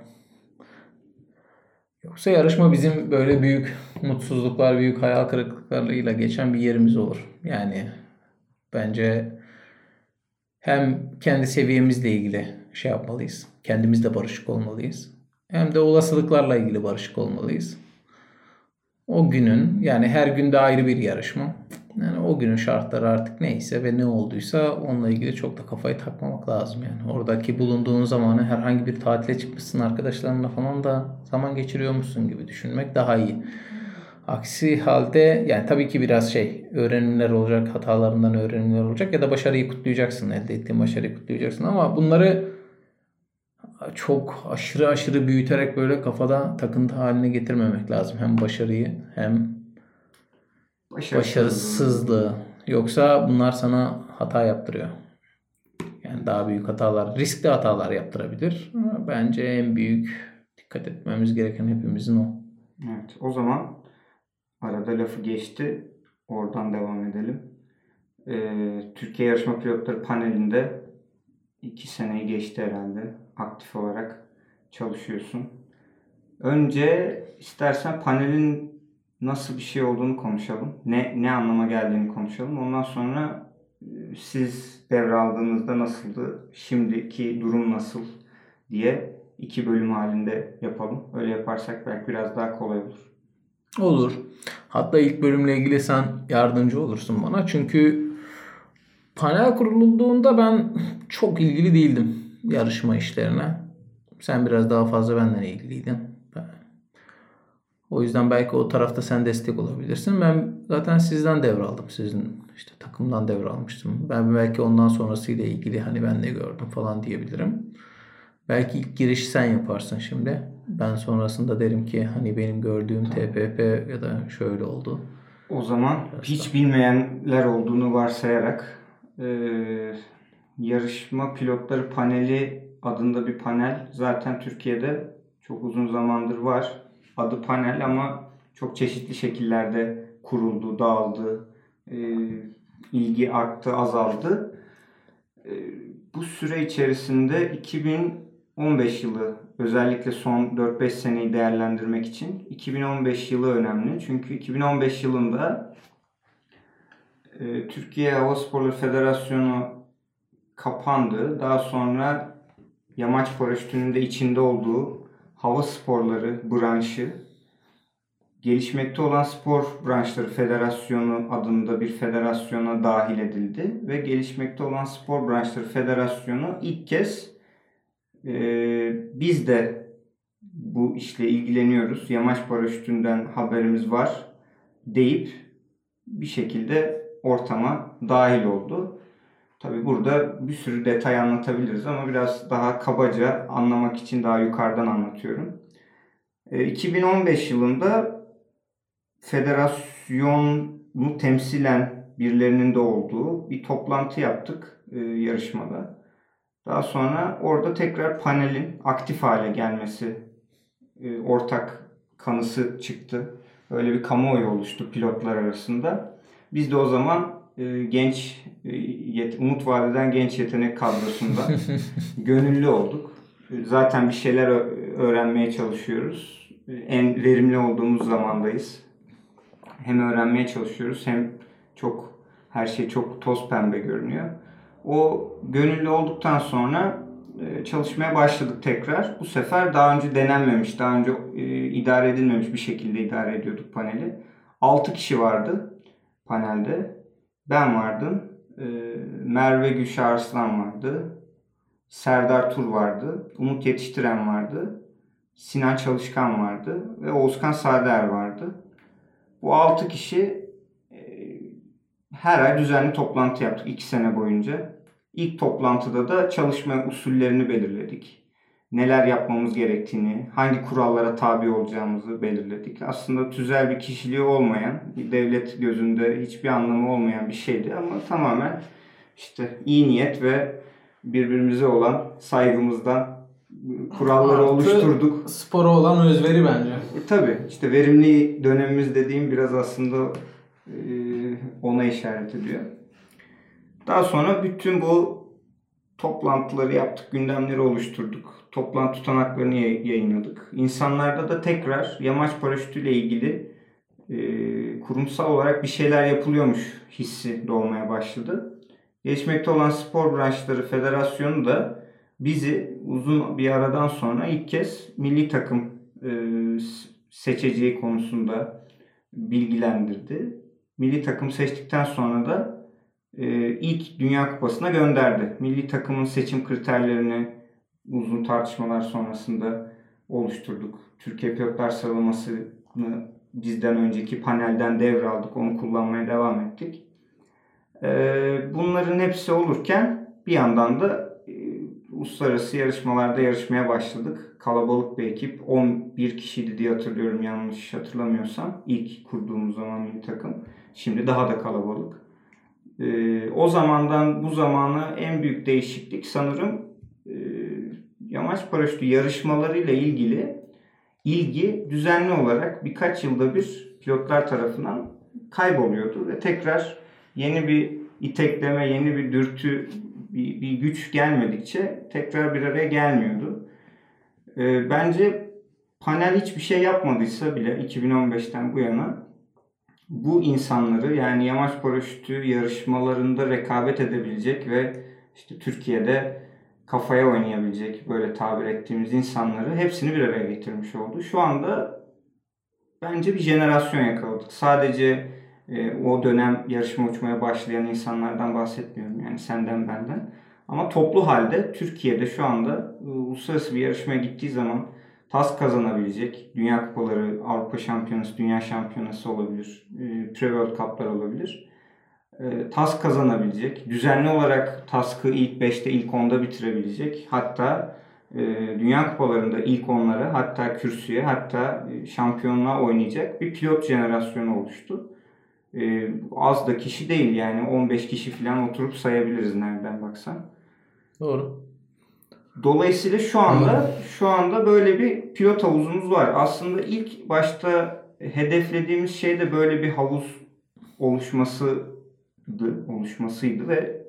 yoksa yarışma bizim böyle büyük mutsuzluklar, büyük hayal kırıklıklarıyla geçen bir yerimiz olur. Yani bence hem kendi seviyemizle ilgili şey yapmalıyız. Kendimizle barışık olmalıyız. Hem de olasılıklarla ilgili barışık olmalıyız. O günün, yani her günde ayrı bir yarışma. Yani o günün şartları artık neyse ve ne olduysa onunla ilgili çok da kafayı takmamak lazım yani. Oradaki bulunduğun zamanı herhangi bir tatile çıkmışsın arkadaşlarınla falan da zaman geçiriyormuşsun gibi düşünmek daha iyi. Aksi halde yani tabii ki biraz şey öğrenimler olacak, hatalarından öğrenimler olacak ya da başarıyı kutlayacaksın, elde ettiğin başarıyı kutlayacaksın ama bunları çok aşırı aşırı büyüterek böyle kafada takıntı haline getirmemek lazım. Hem başarıyı hem başarısızlığı. Yoksa bunlar sana hata yaptırıyor. Yani daha büyük hatalar, riskli hatalar yaptırabilir. Ama bence en büyük dikkat etmemiz gereken hepimizin o. Evet, o zaman arada lafı geçti. Oradan devam edelim. Ee, Türkiye Yarışma Pilotları panelinde iki seneyi geçti herhalde. Aktif olarak çalışıyorsun. Önce istersen panelin nasıl bir şey olduğunu konuşalım. Ne ne anlama geldiğini konuşalım. Ondan sonra e, siz devraldığınızda nasıldı? Şimdiki durum nasıl diye iki bölüm halinde yapalım. Öyle yaparsak belki biraz daha kolay olur. Olur. Hatta ilk bölümle ilgili sen yardımcı olursun bana. Çünkü panel kurulduğunda ben çok ilgili değildim yarışma işlerine. Sen biraz daha fazla benden ilgiliydin. O yüzden belki o tarafta sen destek olabilirsin. Ben zaten sizden devraldım. Sizin işte takımdan devralmıştım. Ben belki ondan sonrasıyla ilgili hani ben ne gördüm falan diyebilirim. Belki ilk girişi sen yaparsın şimdi. Ben sonrasında derim ki hani benim gördüğüm T P P ya da şöyle oldu. O zaman Biraz hiç da. bilmeyenler olduğunu varsayarak e, yarışma pilotları paneli adında bir panel zaten Türkiye'de çok uzun zamandır var. Adı panel ama çok çeşitli şekillerde kuruldu, dağıldı, e, ilgi arttı, azaldı. E, bu süre içerisinde iki bin on beş yılı, özellikle son dört beş seneyi değerlendirmek için iki bin on beş yılı önemli. Çünkü iki bin on beş yılında e, Türkiye Hava Sporları Federasyonu kapandı. Daha sonra yamaç paraşütünün de içinde olduğu hava sporları branşı, gelişmekte olan spor branşları federasyonu adında bir federasyona dahil edildi ve gelişmekte olan spor branşları federasyonu ilk kez e, biz de bu işle ilgileniyoruz, yamaç paraşütünden haberimiz var deyip bir şekilde ortama dahil oldu. Tabii burada bir sürü detay anlatabiliriz ama biraz daha kabaca anlamak için daha yukarıdan anlatıyorum. E, iki bin on beş yılında federasyonu temsilen birilerinin de olduğu bir toplantı yaptık e, yarışmada. Daha sonra orada tekrar panelin aktif hale gelmesi e, ortak kanısı çıktı. Öyle bir kamuoyu oluştu pilotlar arasında. Biz de o zaman e, genç, e, yet, umut vadeden genç yetenek kadrosunda gönüllü olduk. E, zaten bir şeyler öğrenmeye çalışıyoruz. E, en verimli olduğumuz zamandayız. Hem öğrenmeye çalışıyoruz hem çok her şey çok toz pembe görünüyor. O gönüllü olduktan sonra çalışmaya başladık tekrar. Bu sefer daha önce denenmemiş, daha önce e, idare edilmemiş bir şekilde idare ediyorduk paneli. altı kişi vardı panelde. Ben vardım. E, Merve Gülşah Arslan vardı. Serdar Tur vardı. Umut Yetiştiren vardı. Sinan Çalışkan vardı. Ve Oğuzkan Sader vardı. Bu altı kişi e, her ay düzenli toplantı yaptık iki sene boyunca. İlk toplantıda da çalışma usullerini belirledik. neler yapmamız gerektiğini, hangi kurallara tabi olacağımızı belirledik. Aslında tüzel bir kişiliği olmayan, bir devlet gözünde hiçbir anlamı olmayan bir şeydi ama tamamen işte iyi niyet ve birbirimize olan saygımızdan kuralları Artı oluşturduk. spora olan özveri bence. E, tabii işte verimli dönemimiz dediğim biraz aslında e, ona işaret ediyor. Daha sonra bütün bu toplantıları yaptık, gündemleri oluşturduk. Toplantı tutanaklarını yayınladık. İnsanlarda da tekrar yamaç paraşütüyle ilgili e, kurumsal olarak bir şeyler yapılıyormuş hissi doğmaya başladı. Gelişmekte olan Spor Branşları Federasyonu da bizi uzun bir aradan sonra ilk kez milli takım e, seçeceği konusunda bilgilendirdi. Milli takım seçtikten sonra da e, ilk Dünya Kupası'na gönderdi. Milli takımın seçim kriterlerini uzun tartışmalar sonrasında oluşturduk. Türkiye Pilotlar Sıralaması'nı bizden önceki panelden devraldık. Onu kullanmaya devam ettik. Bunların hepsi olurken bir yandan da e, uluslararası yarışmalarda yarışmaya başladık. Kalabalık bir ekip. on bir kişiydi diye hatırlıyorum, yanlış hatırlamıyorsam. İlk kurduğumuz zaman milli takım. Şimdi daha da kalabalık. E, o zamandan bu zamana en büyük değişiklik sanırım e, yamaç paraşütü yarışmalarıyla ilgili ilgi düzenli olarak birkaç yılda bir pilotlar tarafından kayboluyordu ve tekrar yeni bir itekleme, yeni bir dürtü, bir, bir güç gelmedikçe tekrar bir araya gelmiyordu. E, bence panel hiçbir şey yapmadıysa bile iki bin on beşten bu yana bu insanları, yani yamaç paraşütü yarışmalarında rekabet edebilecek ve işte Türkiye'de kafaya oynayabilecek, böyle tabir ettiğimiz insanları hepsini bir araya getirmiş oldu. Şu anda bence bir jenerasyon yakaladık. Sadece e, o dönem yarışma uçmaya başlayan insanlardan bahsetmiyorum, yani senden benden. Ama toplu halde Türkiye'de şu anda e, uluslararası bir yarışmaya gittiği zaman tas kazanabilecek, Dünya Kupaları, Avrupa Şampiyonası, Dünya Şampiyonası olabilir, e, Pre-World Cup'lar olabilir. E, tas kazanabilecek, düzenli olarak task'ı ilk beşte, ilk onda bitirebilecek, hatta e, Dünya Kupalarında ilk onlara, hatta kürsüye, hatta e, şampiyonluğa oynayacak bir pilot jenerasyonu oluştu. E, az da kişi değil, yani on beş kişi falan oturup sayabiliriz nereden baksan. Doğru. Dolayısıyla şu anda şu anda böyle bir pilot havuzumuz var. Aslında ilk başta hedeflediğimiz şey de böyle bir havuz oluşmasıydı, oluşmasıydı ve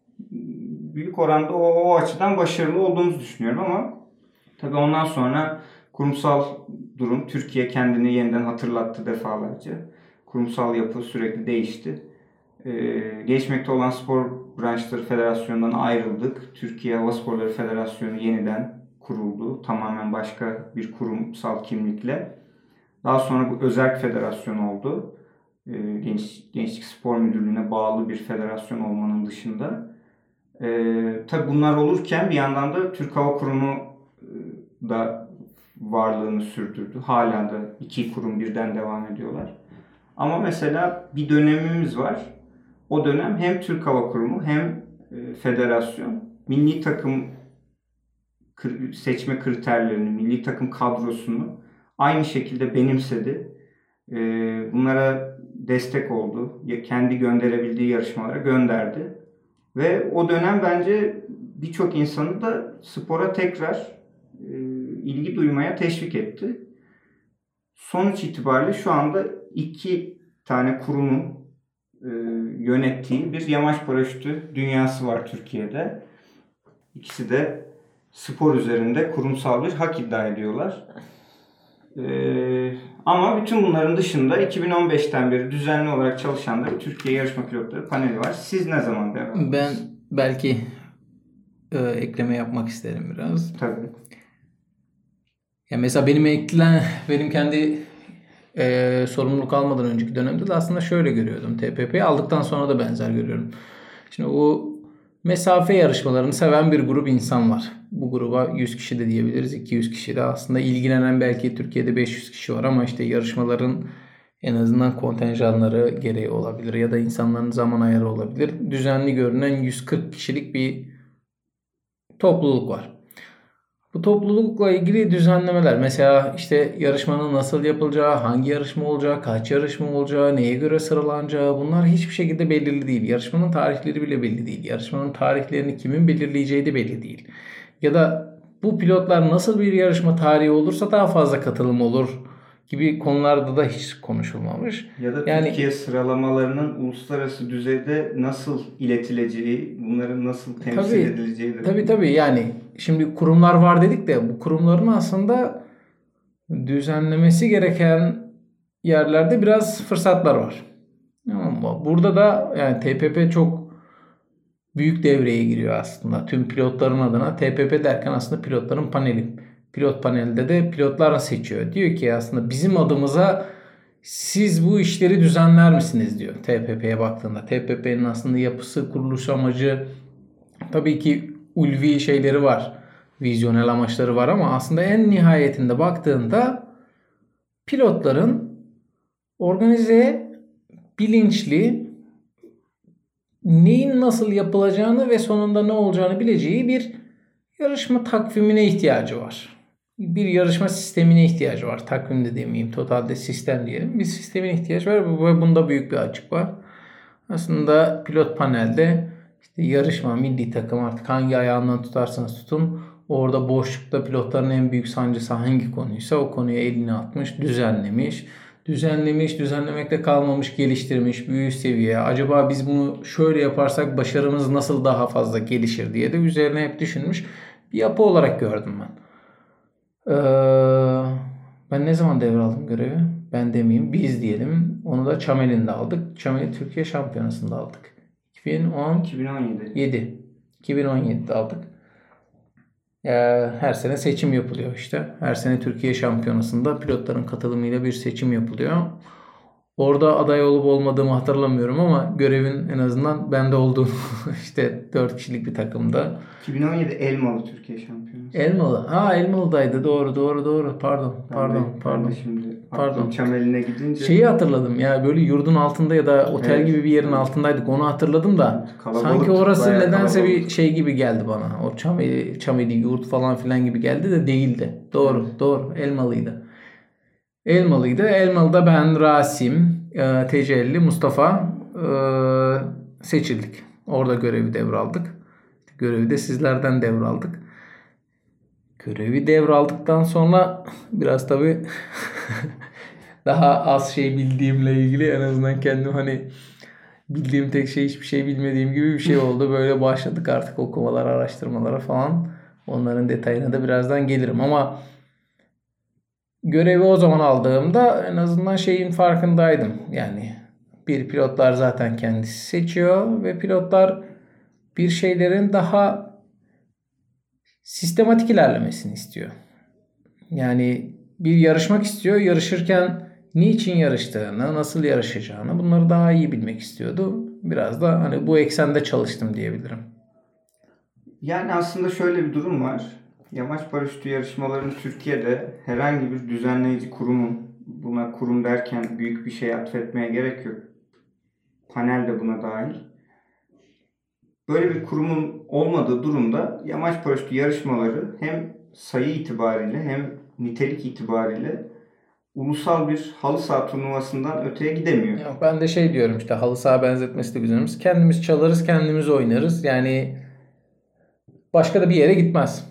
büyük oranda o, o açıdan başarılı olduğumuzu düşünüyorum ama tabii ondan sonra kurumsal durum, Türkiye kendini yeniden hatırlattı defalarca. Kurumsal yapı sürekli değişti. Ee, geçmekte olan Spor Branşları Federasyonu'ndan ayrıldık. Türkiye Hava Sporları Federasyonu yeniden kuruldu. Tamamen başka bir kurumsal kimlikle. Daha sonra bu özerk federasyon oldu. Ee, Genç, Gençlik Spor Müdürlüğü'ne bağlı bir federasyon olmanın dışında. Ee, tabii bunlar olurken bir yandan da Türk Hava Kurumu e, da varlığını sürdürdü. Hala da iki kurum birden devam ediyorlar. Ama mesela bir dönemimiz var. O dönem hem Türk Hava Kurumu hem e, federasyon milli takım seçme kriterlerini, milli takım kadrosunu aynı şekilde benimsedi. E, bunlara destek oldu. Kendi gönderebildiği yarışmalara gönderdi. Ve o dönem bence birçok insanı da spora tekrar e, ilgi duymaya teşvik etti. Sonuç itibariyle şu anda iki tane kurumun e, yönettiği bir yamaç paraşütü dünyası var Türkiye'de. İkisi de spor üzerinde kurumsal bir hak iddia ediyorlar. E, ama bütün bunların dışında iki bin on beşten beri düzenli olarak çalışan da bir Türkiye Yarışma Pilotları paneli var. Siz ne zaman devam ediyorsunuz? Ben belki e, ekleme yapmak isterim biraz. Tabii. Ya mesela benim eklen, benim kendi e, sorumluluk almadan önceki dönemde de aslında şöyle görüyordum. T P P'yi aldıktan sonra da benzer görüyorum. Şimdi o mesafe yarışmalarını seven bir grup insan var. Bu gruba yüz kişi de diyebiliriz, iki yüz kişi de. Aslında ilgilenen belki Türkiye'de beş yüz kişi var ama işte yarışmaların en azından kontenjanları gereği olabilir ya da insanların zaman ayarı olabilir. Düzenli görünen yüz kırk kişilik bir topluluk var. Bu toplulukla ilgili düzenlemeler, mesela işte yarışmanın nasıl yapılacağı, hangi yarışma olacağı, kaç yarışma olacağı, neye göre sıralanacağı, bunlar hiçbir şekilde belirli değil. Yarışmanın tarihleri bile belli değil. Yarışmanın tarihlerini kimin belirleyeceği de belli değil. Ya da bu pilotlar nasıl bir yarışma tarihi olursa daha fazla katılım olur gibi konularda da hiç konuşulmamış. Ya da Yani Türkiye sıralamalarının uluslararası düzeyde nasıl iletileceği, bunların nasıl temsil tabii edileceği de. tabii tabii yani şimdi kurumlar var dedik de bu kurumların aslında düzenlemesi gereken yerlerde biraz fırsatlar var. Ama burada da yani T P P çok büyük devreye giriyor aslında. Tüm pilotların adına T P P derken aslında pilotların paneli. Pilot panelde de pilotlar seçiyor. Diyor ki aslında bizim adımıza siz bu işleri düzenler misiniz diyor T P P'ye baktığında. T P P'nin aslında yapısı, kuruluş amacı, tabii ki ulvi şeyleri var. Vizyonel amaçları var ama aslında en nihayetinde baktığında pilotların organize, bilinçli, neyin nasıl yapılacağını ve sonunda ne olacağını bileceği bir yarışma takvimine ihtiyacı var. Bir yarışma sistemine ihtiyacı var. Takvim de demeyeyim, totalde sistem diyelim. Bir sistemin ihtiyacı var ve bunda büyük bir açık var. Aslında pilot panelde işte yarışma, milli takım, artık hangi ayağından tutarsanız tutun, orada boşlukta pilotların en büyük sancısı hangi konuysa o konuya elini atmış, düzenlemiş. Düzenlemiş, düzenlemekte kalmamış, geliştirmiş, büyük seviye. Acaba biz bunu şöyle yaparsak başarımız nasıl daha fazla gelişir diye de üzerine hep düşünmüş bir yapı olarak gördüm ben. Ee, ben ne zaman devraldım görevi? Ben demeyeyim, biz diyelim. Onu da Çamel'inde aldık. Çamel'i Türkiye Şampiyonası'nda aldık. iki bin on iki bin on yedi. yedi. iki bin on yedide aldık. Ee, her sene seçim yapılıyor işte. Her sene Türkiye Şampiyonası'nda pilotların katılımıyla bir seçim yapılıyor. Orada aday olup olmadığımı hatırlamıyorum ama görevin en azından bende olduğunu işte dört kişilik bir takımda. iki bin on yedi Elmalı Türkiye Şampiyonası. Elmalı. Ha, Elmalı'daydı. Doğru doğru doğru. Pardon. Pardon. Ben de, pardon. Ben de şimdi Pardon. aklım Çamel'ine gidince. Şeyi hatırladım ya, böyle yurdun altında ya da otel Evet. gibi bir yerin altındaydık. Onu hatırladım da Kalabalık, sanki orası bayağı nedense kalabalık. bir şey gibi geldi bana. O Çameli, Çameli yurt falan filan gibi geldi de değildi. Doğru doğru. Elmalı'ydı. Elmalı'ydı. Elmalı'da ben, Rasim, e, Tecelli, Mustafa e, seçildik. Orada görevi devraldık. Görevi de sizlerden devraldık. Görevi devraldıktan sonra biraz tabii daha az şey bildiğimle ilgili, en azından kendim hani bildiğim tek şey hiçbir şey bilmediğim gibi bir şey oldu. Böyle başladık artık okumalara, araştırmalara falan. Onların detayına da birazdan gelirim ama görevi o zaman aldığımda en azından şeyin farkındaydım. Yani bir, pilotlar zaten kendisi seçiyor ve pilotlar bir şeylerin daha sistematik ilerlemesini istiyor. Yani bir yarışmak istiyor. Yarışırken niçin yarıştığını, nasıl yarışacağını, bunları daha iyi bilmek istiyordu. Biraz da hani bu eksende çalıştım diyebilirim. Yani aslında şöyle bir durum var. Yamaç paraşütü yarışmalarını Türkiye'de herhangi bir düzenleyici kurumun, buna kurum derken büyük bir şey atfetmeye gerek yok. Panel de buna dahil. Böyle bir kurumun olmadığı durumda yamaç paraşütü yarışmaları hem sayı itibariyle hem nitelik itibariyle ulusal bir halı saha turnuvasından öteye gidemiyor. Ya ben de şey diyorum, işte halı saha benzetmesi de güzelmiş. Kendimiz çalarız, kendimiz oynarız. Yani başka da bir yere gitmez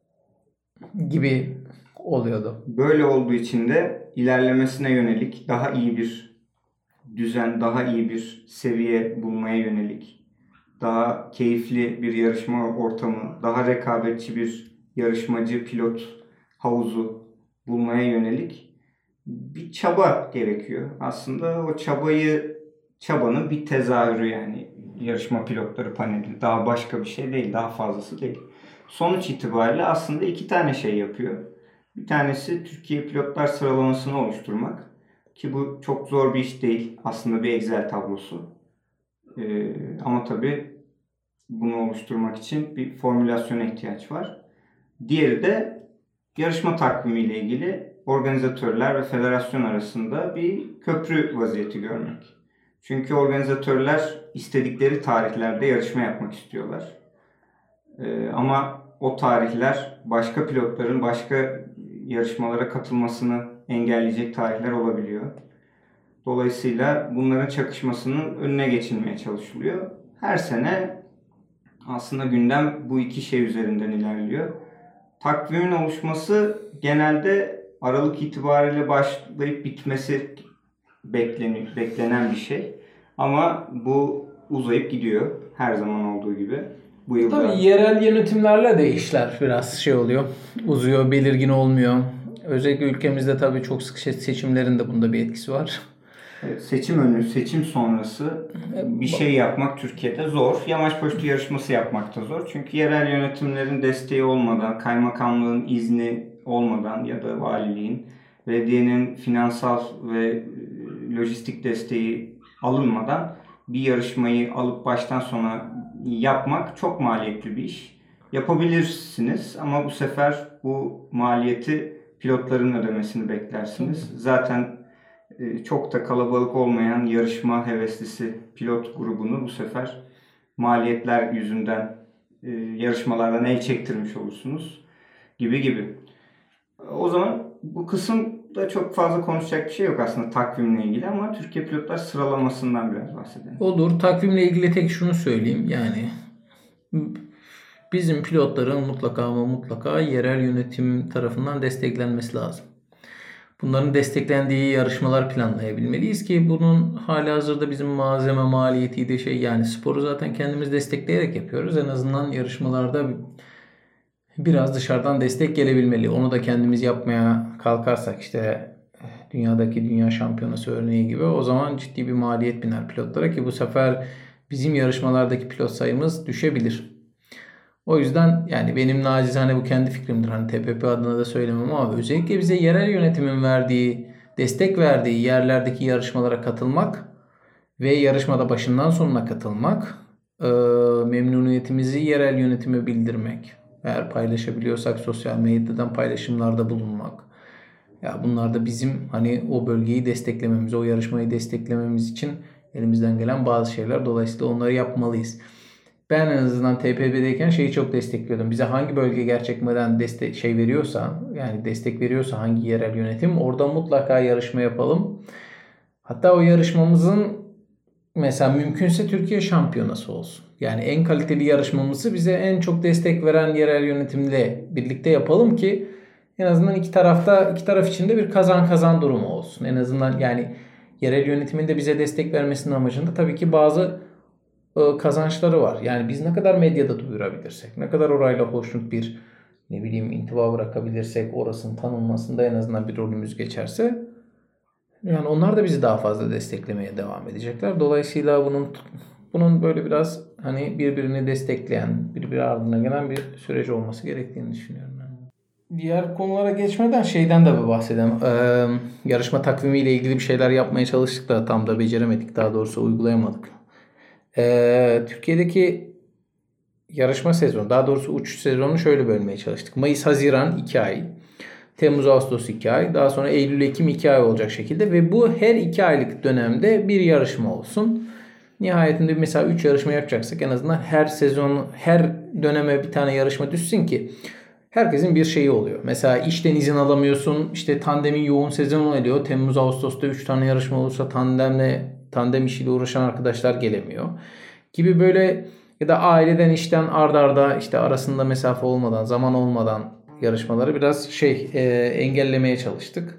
gibi oluyordu. Böyle olduğu için de ilerlemesine yönelik daha iyi bir düzen, daha iyi bir seviye bulmaya yönelik, daha keyifli bir yarışma ortamı, daha rekabetçi bir yarışmacı pilot havuzu bulmaya yönelik bir çaba gerekiyor. Aslında o çabayı, çabanın bir tezahürü yani yarışma pilotları paneli. Daha başka bir şey değil, daha fazlası değil. Sonuç itibariyle aslında iki tane şey yapıyor. Bir tanesi Türkiye pilotlar sıralamasını oluşturmak. Ki bu çok zor bir iş değil. Aslında bir Excel tablosu. Ee, ama tabii bunu oluşturmak için bir formülasyona ihtiyaç var. Diğeri de yarışma takvimiyle ilgili organizatörler ve federasyon arasında bir köprü vaziyeti görmek. Çünkü organizatörler istedikleri tarihlerde yarışma yapmak istiyorlar. Ee, ama o tarihler başka pilotların başka yarışmalara katılmasını engelleyecek tarihler olabiliyor. Dolayısıyla bunların çakışmasının önüne geçilmeye çalışılıyor. Her sene aslında gündem bu iki şey üzerinden ilerliyor. Takvimin oluşması genelde Aralık itibariyle başlayıp bitmesi bekleniyor, beklenen bir şey. Ama bu uzayıp gidiyor her zaman olduğu gibi. Bu yılda... Tabii yerel yönetimlerle de işler biraz şey oluyor. Uzuyor, belirgin olmuyor. Özellikle ülkemizde tabii çok sık seçimlerin de bunda bir etkisi var. Seçim önü, seçim sonrası bir şey yapmak Türkiye'de zor. Yamaç paraşütü yarışması yapmak da zor. Çünkü yerel yönetimlerin desteği olmadan, kaymakamlığın izni olmadan ya da valiliğin, belediyenin finansal ve lojistik desteği alınmadan bir yarışmayı alıp baştan sona yapmak çok maliyetli bir iş. Yapabilirsiniz ama bu sefer bu maliyeti pilotların ödemesini beklersiniz. Zaten çok da kalabalık olmayan yarışma heveslisi pilot grubunu bu sefer maliyetler yüzünden yarışmalardan el çektirmiş olursunuz gibi gibi. O zaman bu kısımda çok fazla konuşacak bir şey yok aslında takvimle ilgili ama Türkiye Pilotlar Sıralaması'ndan biraz bahsedelim. Olur. Takvimle ilgili tek şunu söyleyeyim. Yani bizim pilotların mutlaka ama mutlaka yerel yönetim tarafından desteklenmesi lazım. Bunların desteklendiği yarışmalar planlayabilmeliyiz ki bunun halihazırda bizim malzeme maliyeti de şey yani sporu zaten kendimiz destekleyerek yapıyoruz. En azından yarışmalarda biraz dışarıdan destek gelebilmeli. Onu da kendimiz yapmaya kalkarsak işte dünyadaki dünya şampiyonası örneği gibi o zaman ciddi bir maliyet biner pilotlara ki bu sefer bizim yarışmalardaki pilot sayımız düşebilir. O yüzden yani benim nacizane bu kendi fikrimdir. Hani T P P adına da söylemem ama özellikle bize yerel yönetimin verdiği, destek verdiği yerlerdeki yarışmalara katılmak ve yarışmada başından sonuna katılmak, e, memnuniyetimizi yerel yönetime bildirmek, eğer paylaşabiliyorsak sosyal medyadan paylaşımlarda bulunmak. Ya bunlar da bizim hani o bölgeyi desteklememiz, o yarışmayı desteklememiz için elimizden gelen bazı şeyler. Dolayısıyla onları yapmalıyız. Ben en azından T P P'deyken şeyi çok destekliyordum. Bize hangi bölge gerçekten destek şey veriyorsa, yani destek veriyorsa hangi yerel yönetim orada mutlaka yarışma yapalım. Hatta o yarışmamızın mesela mümkünse Türkiye şampiyonası olsun. Yani en kaliteli yarışmamızı bize en çok destek veren yerel yönetimle birlikte yapalım ki en azından iki tarafta iki taraf için de bir kazan kazan durumu olsun. En azından yani yerel yönetimin de bize destek vermesinin amacında tabii ki bazı kazançları var. Yani biz ne kadar medyada duyurabilirsek, ne kadar orayla hoşnut bir ne bileyim intiba bırakabilirsek, orasının tanınmasında en azından bir rolümüz geçerse yani onlar da bizi daha fazla desteklemeye devam edecekler. Dolayısıyla bunun bunun böyle biraz hani birbirini destekleyen, birbiri ardına gelen bir süreç olması gerektiğini düşünüyorum ben. Diğer konulara geçmeden şeyden de bir bahsedelim. Ee, yarışma takvimiyle ilgili bir şeyler yapmaya çalıştık da tam da beceremedik. Daha doğrusu uygulayamadık. Ee, Türkiye'deki yarışma sezonu, daha doğrusu uçuş sezonunu şöyle bölmeye çalıştık. Mayıs-Haziran iki ay, Temmuz-Ağustos iki ay, daha sonra Eylül-Ekim iki ay olacak şekilde ve bu her iki aylık dönemde bir yarışma olsun. Nihayetinde mesela üç yarışma yapacaksak en azından her sezon, her döneme bir tane yarışma düşsün ki herkesin bir şeyi oluyor. Mesela işten izin alamıyorsun, işte tandemin yoğun sezonu oluyor. Temmuz-Ağustos'ta üç tane yarışma olursa tandemle tandem işiyle uğraşan arkadaşlar gelemiyor. Gibi böyle ya da aileden işten ard arda işte arasında mesafe olmadan, zaman olmadan yarışmaları biraz şey e, engellemeye çalıştık.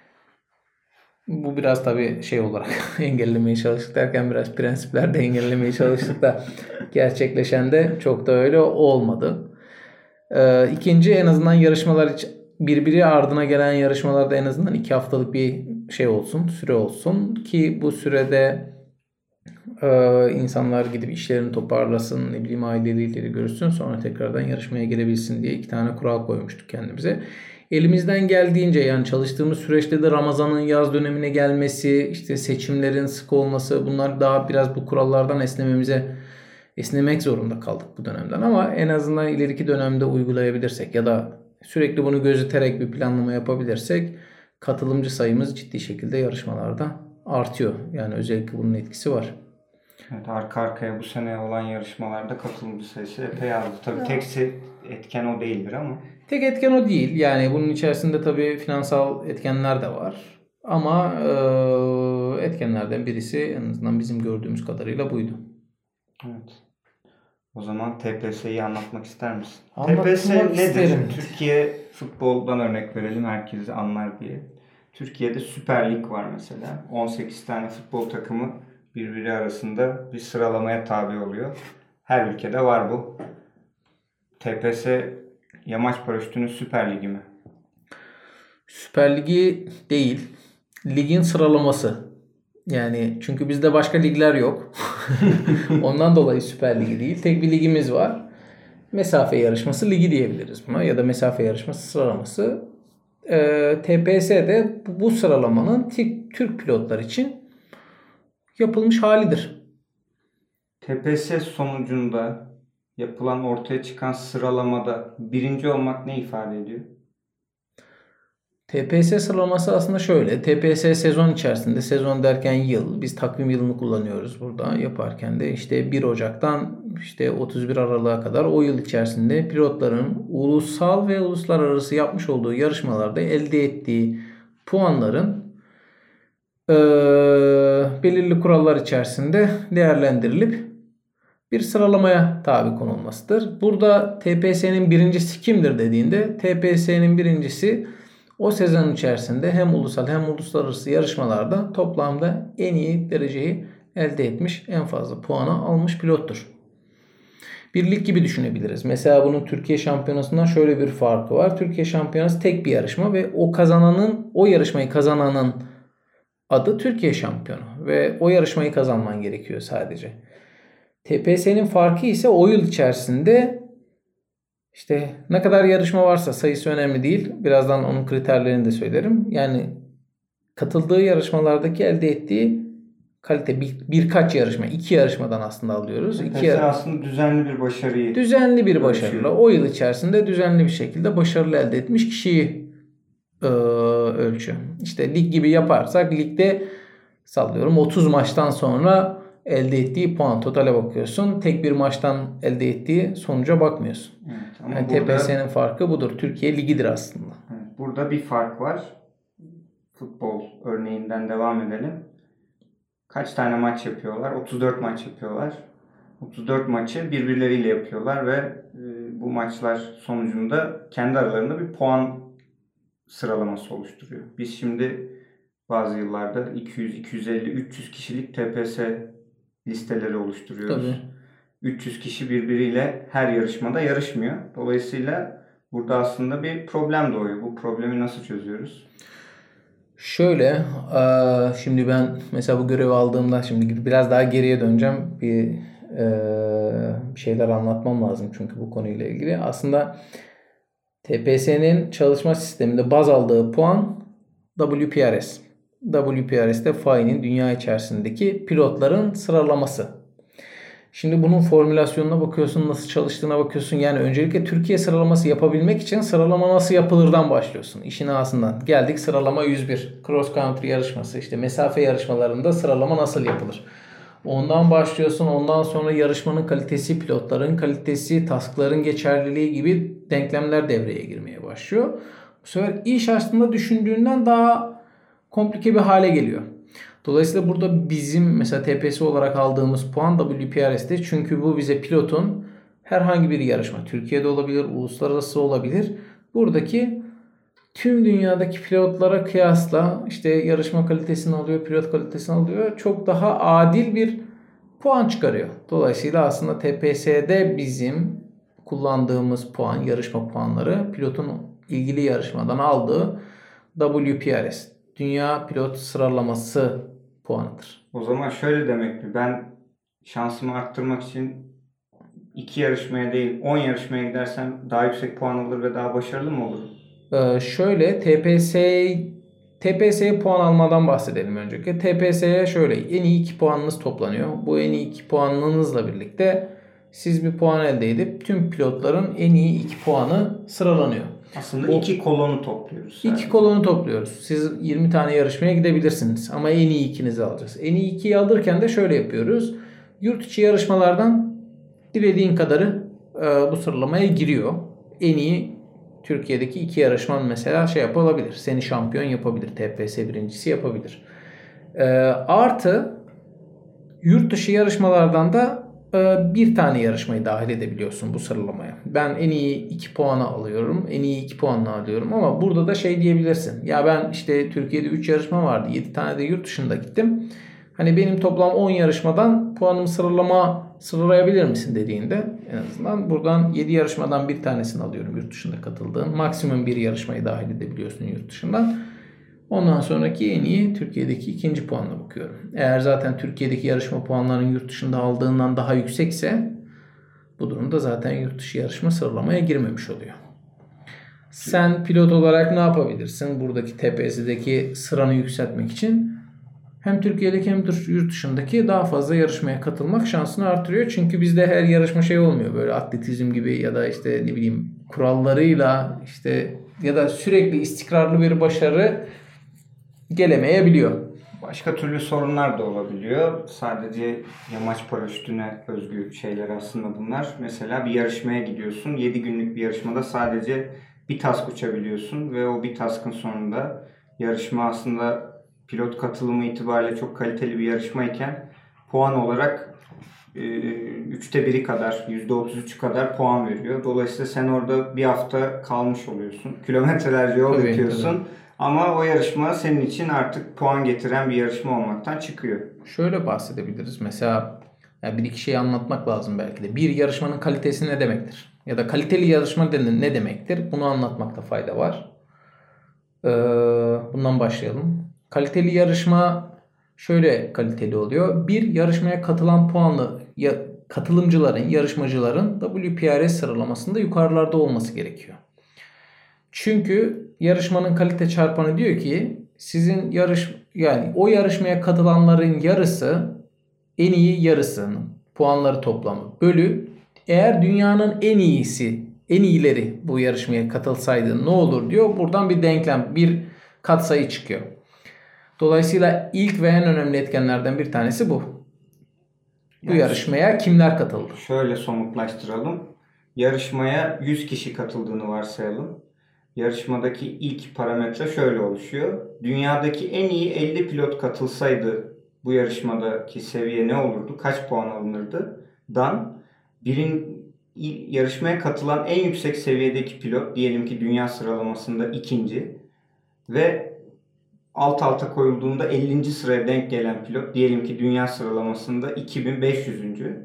Bu biraz tabii şey olarak engellemeye çalıştık derken biraz prensiplerde engellemeye çalıştık da gerçekleşen de çok da öyle olmadı. Ee, ikinci en azından yarışmalar için birbiri ardına gelen yarışmalarda en azından iki haftalık bir şey olsun, süre olsun ki bu sürede e, insanlar gidip işlerini toparlasın, ne bileyim aileleriyle görüşsün, sonra tekrardan yarışmaya gelebilsin diye iki tane kural koymuştuk kendimize. Elimizden geldiğince yani çalıştığımız süreçte de Ramazan'ın yaz dönemine gelmesi, işte seçimlerin sık olması bunlar daha biraz bu kurallardan esnememize esnemek zorunda kaldık bu dönemden ama en azından ileriki dönemde uygulayabilirsek ya da sürekli bunu gözeterek bir planlama yapabilirsek katılımcı sayımız ciddi şekilde yarışmalarda artıyor. Yani özellikle bunun etkisi var. Evet, arka arkaya bu sene olan yarışmalarda katılımcı sayısı epey azdı. Tabii Ya. tek etken o değildir ama. Tek etken o değil. Yani bunun içerisinde tabii finansal etkenler de var. Ama e, etkenlerden birisi en azından bizim gördüğümüz kadarıyla buydu. Evet. O zaman T P S'yi anlatmak ister misin? Anlatmak T P S nedir? isterim. Türkiye futboldan örnek verelim, herkes anlar diye. Türkiye'de Süper Lig var mesela. on sekiz tane futbol takımı birbiri arasında bir sıralamaya tabi oluyor. Her ülkede var bu. T P S yamaç paraşütünün Süper Ligi mi? Süper Ligi değil. Ligin sıralaması. Yani çünkü bizde başka ligler yok. Ondan dolayı Süper Ligi değil. Tek bir ligimiz var. Mesafe yarışması ligi diyebiliriz buna. Ya da mesafe yarışması sıralaması. Ee, T P S de bu sıralamanın Türk pilotlar için yapılmış halidir. T P S sonucunda yapılan, ortaya çıkan sıralamada birinci olmak ne ifade ediyor? T P S sıralaması aslında şöyle. T P S sezon içerisinde, sezon derken yıl, biz takvim yılını kullanıyoruz burada yaparken de işte bir Ocak'tan işte otuz bir Aralık'a kadar o yıl içerisinde pilotların ulusal ve uluslararası yapmış olduğu yarışmalarda elde ettiği puanların e, belirli kurallar içerisinde değerlendirilip bir sıralamaya tabi konulmasıdır. Burada T P S'nin birincisi kimdir dediğinde T P S'nin birincisi o sezon içerisinde hem ulusal hem uluslararası yarışmalarda toplamda en iyi dereceyi elde etmiş, en fazla puanı almış pilottur. Bir lig gibi düşünebiliriz. Mesela bunun Türkiye Şampiyonası'ndan şöyle bir farkı var. Türkiye Şampiyonası tek bir yarışma ve o kazananın, o yarışmayı kazananın adı Türkiye Şampiyonu ve o yarışmayı kazanman gerekiyor sadece. T P S'nin farkı ise o yıl içerisinde işte ne kadar yarışma varsa sayısı önemli değil. Birazdan onun kriterlerini de söylerim. Yani katıldığı yarışmalardaki elde ettiği kalite bir, birkaç yarışma, iki yarışmadan aslında alıyoruz. İki Mesela aslında düzenli bir başarıyı düzenli bir başarıyla ölçüyor. o yıl içerisinde düzenli bir şekilde başarılı elde etmiş kişiyi e, ölçüyor. İşte lig gibi yaparsak ligde sallıyorum otuz maçtan sonra elde ettiği puan totale bakıyorsun. Tek bir maçtan elde ettiği sonuca bakmıyorsun. Evet, ama Yani burada, T P S'nin farkı budur. Türkiye ligidir aslında. evet, burada bir fark var. Futbol örneğinden devam edelim. Kaç tane maç yapıyorlar? otuz dört maç yapıyorlar. otuz dört maçı birbirleriyle yapıyorlar ve e, bu maçlar sonucunda kendi aralarında bir puan sıralaması oluşturuyor. Biz şimdi bazı yıllarda iki yüz, iki yüz elli, üç yüz kişilik T P S listeleri oluşturuyoruz. Tabii. üç yüz kişi birbiriyle her yarışmada yarışmıyor. Dolayısıyla burada aslında bir problem doğuyor. Bu problemi nasıl çözüyoruz? Şöyle, şimdi ben mesela bu görevi aldığımda şimdi biraz daha geriye döneceğim. Bir bir şeyler anlatmam lazım çünkü bu konuyla ilgili. Aslında T P S'nin çalışma sisteminde baz aldığı puan W P R S. W P R S de F A I'nin dünya içerisindeki pilotların sıralaması. Şimdi bunun formülasyonuna bakıyorsun, nasıl çalıştığına bakıyorsun. Yani öncelikle Türkiye sıralaması yapabilmek için sıralama nasıl yapılırdan başlıyorsun. İşin ağasından. Geldik sıralama yüz bir. Cross country yarışması, işte mesafe yarışmalarında sıralama nasıl yapılır? Ondan başlıyorsun. Ondan sonra yarışmanın kalitesi, pilotların kalitesi, taskların geçerliliği gibi denklemler devreye girmeye başlıyor. Bu sefer iş aslında düşündüğünden daha komplike bir hale geliyor. Dolayısıyla burada bizim mesela T P S olarak aldığımız puan W P R S'te. Çünkü bu bize pilotun herhangi bir yarışma, Türkiye'de olabilir, uluslararası olabilir. Buradaki tüm dünyadaki pilotlara kıyasla işte yarışma kalitesini alıyor, pilot kalitesini alıyor. Çok daha adil bir puan çıkarıyor. Dolayısıyla aslında T P S'de bizim kullandığımız puan, yarışma puanları pilotun ilgili yarışmadan aldığı W P R S. Dünya pilot sıralaması puanıdır. O zaman şöyle demek mi? Ben şansımı arttırmak için iki yarışmaya değil on yarışmaya gidersem daha yüksek puan alır ve daha başarılı mı olurum? Ee, şöyle T P S T P S'ye puan almadan bahsedelim öncelikle. T P S'ye şöyle en iyi iki puanınız toplanıyor. Bu en iyi iki puanınızla birlikte siz bir puan elde edip tüm pilotların en iyi iki puanı sıralanıyor. Aslında Bu, iki kolonu topluyoruz. İki sadece. kolonu topluyoruz. Siz yirmi tane yarışmaya gidebilirsiniz ama en iyi ikinizi alacağız. En iyi ikiyi alırken de şöyle yapıyoruz. Yurt içi yarışmalardan dilediğin kadarı e, bu sıralamaya giriyor. En iyi Türkiye'deki iki yarışman mesela şey yapabilir. Seni şampiyon yapabilir. T P S birincisi yapabilir. E, artı yurt dışı yarışmalardan da e, bir tane yarışmayı dahil edebiliyorsun bu sıralamaya. Ben en iyi iki puanı alıyorum. En iyi iki puanını alıyorum ama burada da şey diyebilirsin. Ya ben işte Türkiye'de üç yarışma vardı. yedi tane de yurt dışında gittim. Hani benim toplam on yarışmadan puanımı sıralama sıralayabilir misin dediğinde en azından buradan yedi yarışmadan bir tanesini alıyorum yurt dışında katıldığın. Maksimum bir yarışmayı dahil edebiliyorsun yurt dışından. Ondan sonraki en iyi Türkiye'deki ikinci puanına bakıyorum. Eğer zaten Türkiye'deki yarışma puanlarının yurt dışında aldığından daha yüksekse bu durumda zaten yurt dışı yarışma sıralamaya girmemiş oluyor. Sen pilot olarak ne yapabilirsin? Buradaki T P S'deki sıranı yükseltmek için hem Türkiye'deki hem yurt dışındaki daha fazla yarışmaya katılmak şansını artırıyor. Çünkü bizde her yarışma şey olmuyor. Böyle atletizm gibi ya da işte ne bileyim kurallarıyla işte ya da sürekli istikrarlı bir başarı gelemeyebiliyor. Başka türlü sorunlar da olabiliyor. Sadece yamaç paraşütüne özgü şeyler aslında bunlar. Mesela bir yarışmaya gidiyorsun. yedi günlük bir yarışmada sadece bir task uçabiliyorsun ve o bir task'ın sonunda yarışma aslında pilot katılımı itibariyle çok kaliteli bir yarışmayken puan olarak e, üçte biri kadar, yüzde otuz üç kadar puan veriyor. Dolayısıyla sen orada bir hafta kalmış oluyorsun. Kilometrelerce yol Tabii, yapıyorsun. tabii. Ama o yarışma senin için artık puan getiren bir yarışma olmaktan çıkıyor. Şöyle bahsedebiliriz. Mesela ya bir iki şey anlatmak lazım belki de. Bir yarışmanın kalitesi ne demektir? Ya da kaliteli yarışma ne demektir? Bunu anlatmakta fayda var. Ee, bundan başlayalım. Kaliteli yarışma şöyle kaliteli oluyor. Bir yarışmaya katılan puanlı ya, katılımcıların, yarışmacıların W P R S sıralamasında yukarılarda olması gerekiyor. Çünkü yarışmanın kalite çarpanı diyor ki sizin yarış yani o yarışmaya katılanların yarısı en iyi yarısının puanları toplamı bölü eğer dünyanın en iyisi en iyileri bu yarışmaya katılsaydı ne olur diyor. Buradan bir denklem, bir katsayı çıkıyor. Dolayısıyla ilk ve en önemli etkenlerden bir tanesi bu. Bu Yani yarışmaya kimler katıldı? şöyle somutlaştıralım. Yarışmaya yüz kişi katıldığını varsayalım. Yarışmadaki ilk parametre şöyle oluşuyor. Dünyadaki en iyi elli pilot katılsaydı bu yarışmadaki seviye ne olurdu? Kaç puan alınırdı? Dan birin yarışmaya katılan en yüksek seviyedeki pilot diyelim ki dünya sıralamasında ikinci ve alt alta koyulduğunda ellinci sıraya denk gelen pilot diyelim ki dünya sıralamasında iki bin beş yüzüncü.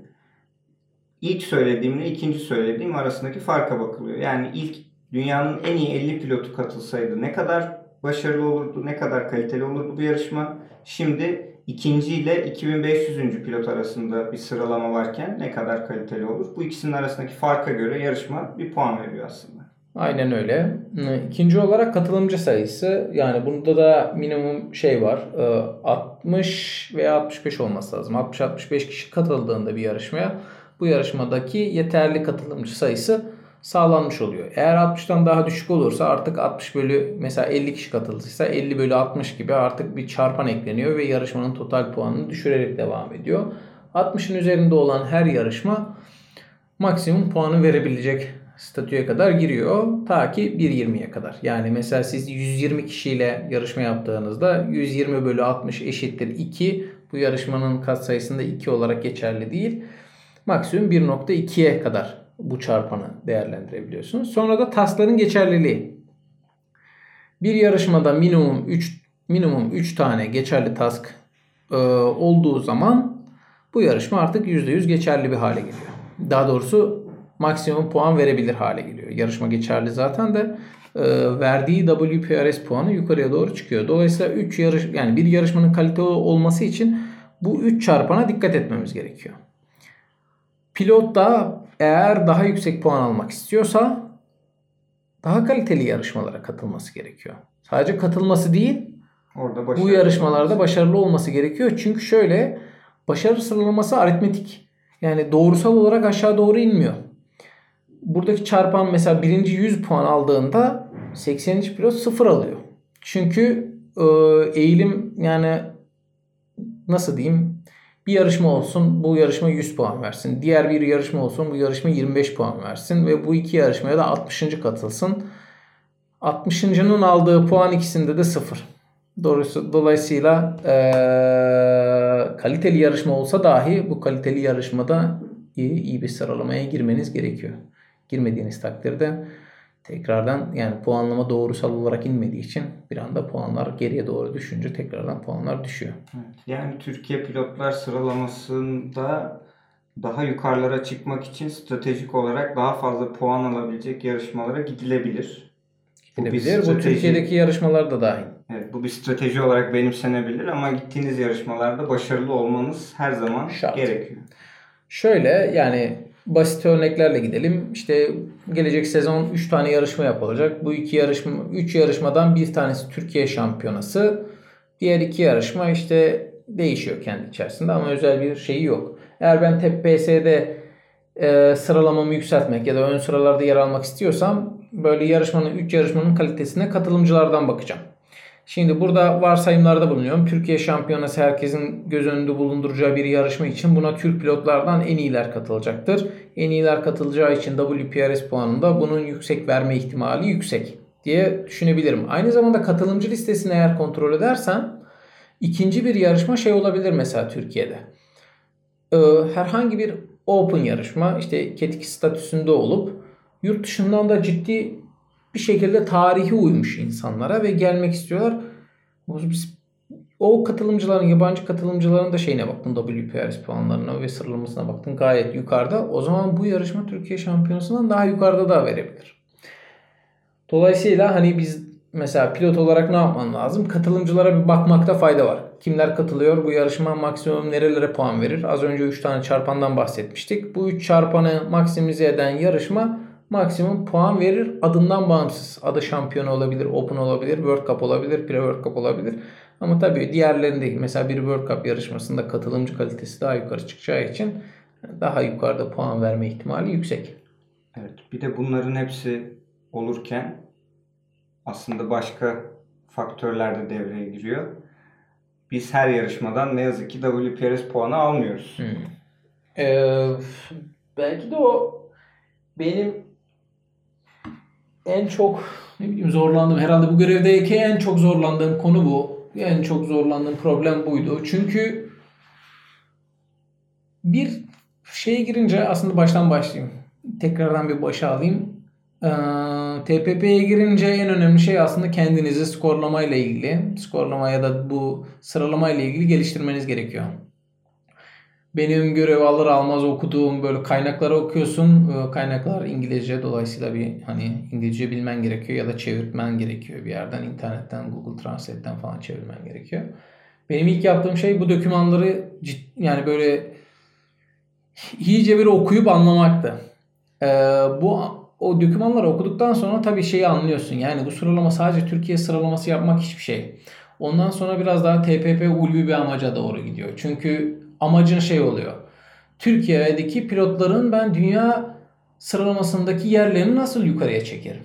İlk söylediğimle ikinci söylediğim arasındaki farka bakılıyor. Yani ilk dünyanın en iyi elli pilotu katılsaydı ne kadar başarılı olurdu, ne kadar kaliteli olurdu bu yarışma. Şimdi ikinci ile iki bin beş yüzüncü pilot arasında bir sıralama varken ne kadar kaliteli olur? Bu ikisinin arasındaki farka göre yarışma bir puan veriyor aslında. Aynen öyle. İkinci olarak katılımcı sayısı. Yani bunda da minimum şey var. altmış veya altmış beş olması lazım. altmış altmış beş kişi katıldığında bir yarışmaya bu yarışmadaki yeterli katılımcı sayısı sağlanmış oluyor. Eğer altmıştan daha düşük olursa artık altmış bölü mesela elli kişi katıldıysa elli bölü altmış gibi artık bir çarpan ekleniyor ve yarışmanın total puanını düşürerek devam ediyor. altmışın üzerinde olan her yarışma maksimum puanı verebilecek statüye kadar giriyor. Ta ki bir yirmiye kadar. Yani mesela siz yüz yirmi kişiyle yarışma yaptığınızda yüz yirmi bölü altmış eşittir iki. Bu yarışmanın katsayısında iki olarak geçerli değil. Maksimum bir nokta ikiye kadar bu çarpanı değerlendirebiliyorsunuz. Sonra da taskların geçerliliği. Bir yarışmada minimum üç minimum üç tane geçerli task e, olduğu zaman bu yarışma artık yüzde yüz geçerli bir hale geliyor. Daha doğrusu maksimum puan verebilir hale geliyor. Yarışma geçerli zaten de e, verdiği W P R S puanı yukarıya doğru çıkıyor. Dolayısıyla üç yarış yani bir yarışmanın kaliteli olması için bu üç çarpana dikkat etmemiz gerekiyor. Pilot da eğer daha yüksek puan almak istiyorsa daha kaliteli yarışmalara katılması gerekiyor. Sadece katılması değil, Orada bu yarışmalarda başarılı olması gerekiyor. Çünkü şöyle, başarı sıralaması aritmetik. Yani doğrusal olarak aşağı doğru inmiyor. Buradaki çarpan mesela birinci yüz puan aldığında sekseninci pilot sıfır alıyor. Çünkü e, eğilim yani nasıl diyeyim Bir yarışma olsun, bu yarışma yüz puan versin. Diğer bir yarışma olsun, bu yarışma yirmi beş puan versin. Ve bu iki yarışmaya da altmışıncı katılsın. altmışıncının aldığı puan ikisinde de sıfır. Doğrusu, dolayısıyla ee, kaliteli yarışma olsa dahi bu kaliteli yarışmada iyi, iyi bir sıralamaya girmeniz gerekiyor. Girmediğiniz takdirde tekrardan, yani puanlama doğrusal olarak inmediği için bir anda puanlar geriye doğru düşünce tekrardan puanlar düşüyor. Evet, yani Türkiye pilotlar sıralamasında daha yukarılara çıkmak için stratejik olarak daha fazla puan alabilecek yarışmalara gidilebilir. Gidilebilir. Bu, bu Türkiye'deki yarışmalar da dahil. Evet, bu bir strateji olarak benimsenebilir ama gittiğiniz yarışmalarda başarılı olmanız her zaman şart. Gerekiyor. Şöyle, yani basit örneklerle gidelim. İşte gelecek sezon üç tane yarışma yapılacak. Bu iki yarışma, üç yarışmadan bir tanesi Türkiye şampiyonası. Diğer iki yarışma işte değişiyor kendi içerisinde ama özel bir şeyi yok. Eğer ben T P S'de e, sıralamamı yükseltmek ya da ön sıralarda yer almak istiyorsam böyle yarışmanın, üç yarışmanın kalitesine katılımcılardan bakacağım. Şimdi burada varsayımlarda bulunuyorum. Türkiye şampiyonası herkesin göz önünde bulunduracağı bir yarışma için buna Türk pilotlardan en iyiler katılacaktır. En iyiler katılacağı için W P R S puanında bunun yüksek verme ihtimali yüksek diye düşünebilirim. Aynı zamanda katılımcı listesini eğer kontrol edersen ikinci bir yarışma şey olabilir mesela Türkiye'de. Ee, herhangi bir open yarışma işte Ketik statüsünde olup yurt dışından da ciddi bir şekilde tarihi uymuş insanlara ve gelmek istiyorlar. Biz o katılımcıların, yabancı katılımcıların da şeyine baktım, W P R S puanlarına ve sıralamasına baktım, gayet yukarıda. O zaman bu yarışma Türkiye şampiyonasından daha yukarıda da verebilir. Dolayısıyla hani biz mesela pilot olarak ne yapman lazım? Katılımcılara bir bakmakta fayda var. Kimler katılıyor? Bu yarışma maksimum nerelere puan verir? Az önce üç tane çarpandan bahsetmiştik. Bu üç çarpanı maksimize eden yarışma maksimum puan verir. Adından bağımsız. Adı şampiyon olabilir, open olabilir, World Cup olabilir, pre-World Cup olabilir. Ama tabii diğerlerinde mesela bir World Cup yarışmasında katılımcı kalitesi daha yukarı çıkacağı için daha yukarıda puan verme ihtimali yüksek. Evet, bir de bunların hepsi olurken aslında başka faktörler de devreye giriyor. Biz her yarışmadan ne yazık ki W P R S puanı almıyoruz. Hmm. Ee, belki de o benim en çok ne bileyim zorlandığım, herhalde bu görevdeki en çok zorlandığım konu bu. En çok zorlandığım problem buydu. Çünkü bir şeye girince aslında baştan başlayayım. Tekrardan bir başa alayım. Ee, T P P'ye girince en önemli şey aslında kendinizi skorlamayla ilgili, skorlama ya da bu sıralamayla ilgili geliştirmeniz gerekiyor. Benim görev alır almaz okuduğum böyle kaynakları okuyorsun. Kaynaklar İngilizce, dolayısıyla bir hani İngilizce bilmen gerekiyor ya da çevirmen gerekiyor bir yerden, internetten, Google Translate'ten falan çevirmen gerekiyor. Benim ilk yaptığım şey bu dokümanları cid, yani böyle iyice bir okuyup anlamaktı. Ee, bu o dokümanları okuduktan sonra tabii şeyi anlıyorsun. Yani bu sıralama sadece Türkiye sıralaması yapmak hiçbir şey. Ondan sonra biraz daha T P P ulvi bir amaca doğru gidiyor. Çünkü amacın şey oluyor. Türkiye'deki pilotların ben dünya sıralamasındaki yerlerini nasıl yukarıya çekerim?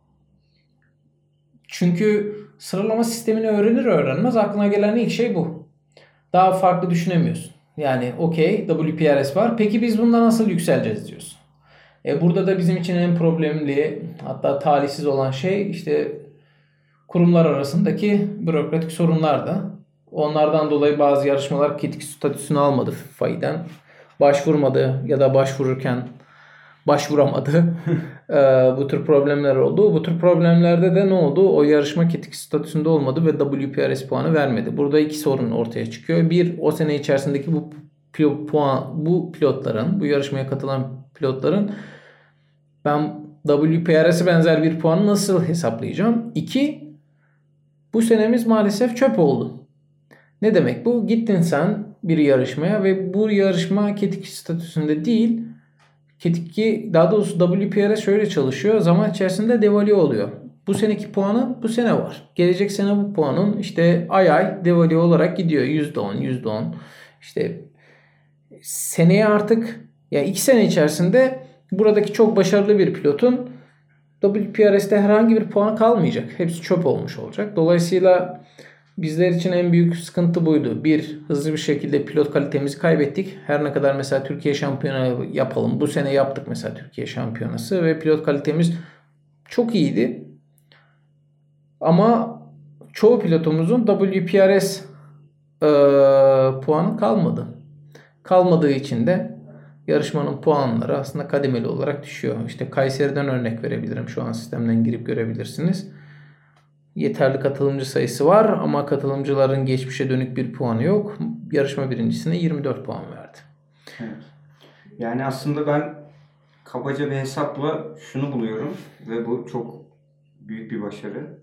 Çünkü sıralama sistemini öğrenir öğrenmez aklına gelen ilk şey bu. Daha farklı düşünemiyorsun. Yani okey, W P R S var. Peki biz bundan nasıl yükseleceğiz diyorsun. E burada da bizim için en problemli, hatta talihsiz olan şey işte kurumlar arasındaki bürokratik sorunlardı. Onlardan dolayı bazı yarışmalar Ketik statüsünü almadı F I A'den. Başvurmadı ya da başvururken başvuramadı. e, bu tür problemler oldu. Bu tür problemlerde de ne oldu? O yarışma Ketik statüsünde olmadı ve W P R S puanı vermedi. Burada iki sorun ortaya çıkıyor. Bir, o sene içerisindeki bu pilot puan, bu pilotların, bu yarışmaya katılan pilotların ben W P R S'e benzer bir puanı nasıl hesaplayacağım? İki, bu senemiz maalesef çöp oldu. Ne demek bu? Gittin sen bir yarışmaya ve bu yarışma Ketik statüsünde değil. Ketik, daha doğrusu W P R S şöyle çalışıyor. Zaman içerisinde devalüe oluyor. Bu seneki puanı bu sene var. Gelecek sene bu puanın işte ay ay devalüe olarak gidiyor. yüzde on, yüzde on. İşte seneye artık yani iki sene içerisinde buradaki çok başarılı bir pilotun W P R S'te herhangi bir puanı kalmayacak. Hepsi çöp olmuş olacak. Dolayısıyla Bizler için en büyük sıkıntı buydu. Bir, hızlı bir şekilde pilot kalitemizi kaybettik. Her ne kadar mesela Türkiye şampiyonu yapalım. Bu sene yaptık mesela Türkiye şampiyonası ve pilot kalitemiz çok iyiydi. Ama çoğu pilotumuzun W P R S e, puanı kalmadı. Kalmadığı için de yarışmanın puanları aslında kademeli olarak düşüyor. İşte Kayseri'den örnek verebilirim. Şu an sistemden girip görebilirsiniz. Yeterli katılımcı sayısı var ama katılımcıların geçmişe dönük bir puanı yok. Yarışma birincisine yirmi dört puan verdi. Evet. Yani aslında ben kabaca bir hesapla şunu buluyorum ve bu çok büyük bir başarı.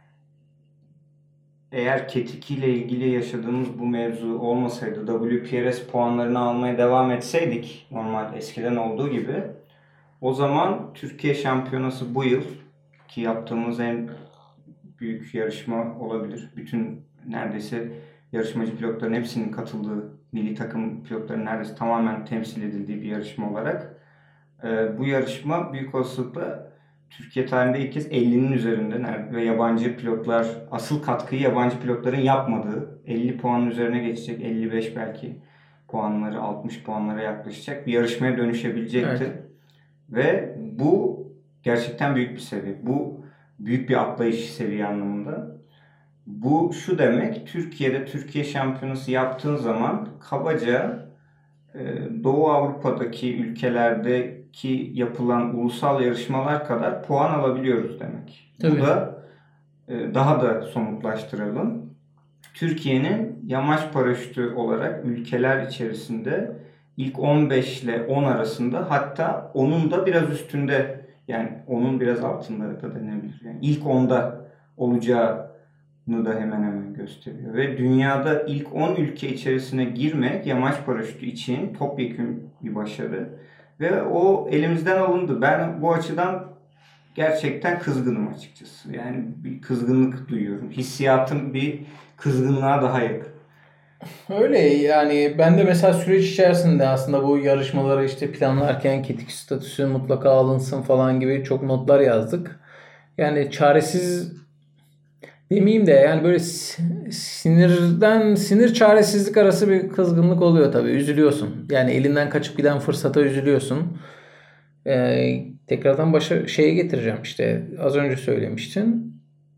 Eğer Ketiki ile ilgili yaşadığımız bu mevzu olmasaydı, W P R S puanlarını almaya devam etseydik, normal eskiden olduğu gibi, o zaman Türkiye şampiyonası bu yıl ki yaptığımız en büyük yarışma olabilir. Bütün neredeyse yarışmacı pilotların hepsinin katıldığı, milli takım pilotların neredeyse tamamen temsil edildiği bir yarışma olarak e, bu yarışma büyük olasılıkla Türkiye tarihinde ilk kez ellinin üzerinde ve yabancı pilotlar, asıl katkıyı yabancı pilotların yapmadığı, elli puanın üzerine geçecek, elli beş belki puanları, altmış puanlara yaklaşacak bir yarışmaya dönüşebilecekti. Evet. Ve bu gerçekten büyük bir seviye. Bu büyük bir atlayış seviye anlamında. Bu şu demek, Türkiye'de Türkiye şampiyonası yaptığın zaman kabaca Doğu Avrupa'daki ülkelerdeki yapılan ulusal yarışmalar kadar puan alabiliyoruz demek. Tabii. Bu da daha da somutlaştıralım. Türkiye'nin yamaç paraşütü olarak ülkeler içerisinde ilk on beş ile on arasında, hatta onun da biraz üstünde, yani onun biraz altında da denebilir. Yani ilk onda olacağını da hemen hemen gösteriyor. Ve dünyada ilk on ülke içerisine girmek yamaç paraşütü için topyekün bir başarı. Ve o elimizden alındı. Ben bu açıdan gerçekten kızgınım açıkçası. Yani bir kızgınlık duyuyorum. Hissiyatım bir kızgınlığa daha yakın. Öyle yani ben de mesela süreç içerisinde aslında bu yarışmaları işte planlarken Ketik statüsü mutlaka alınsın falan gibi çok notlar yazdık. Yani çaresiz demeyeyim de yani böyle sinirden sinir çaresizlik arası bir kızgınlık oluyor tabii. Üzülüyorsun. Yani elinden kaçıp giden fırsata üzülüyorsun. Ee, tekrardan başa şeye getireceğim işte az önce söylemiştin.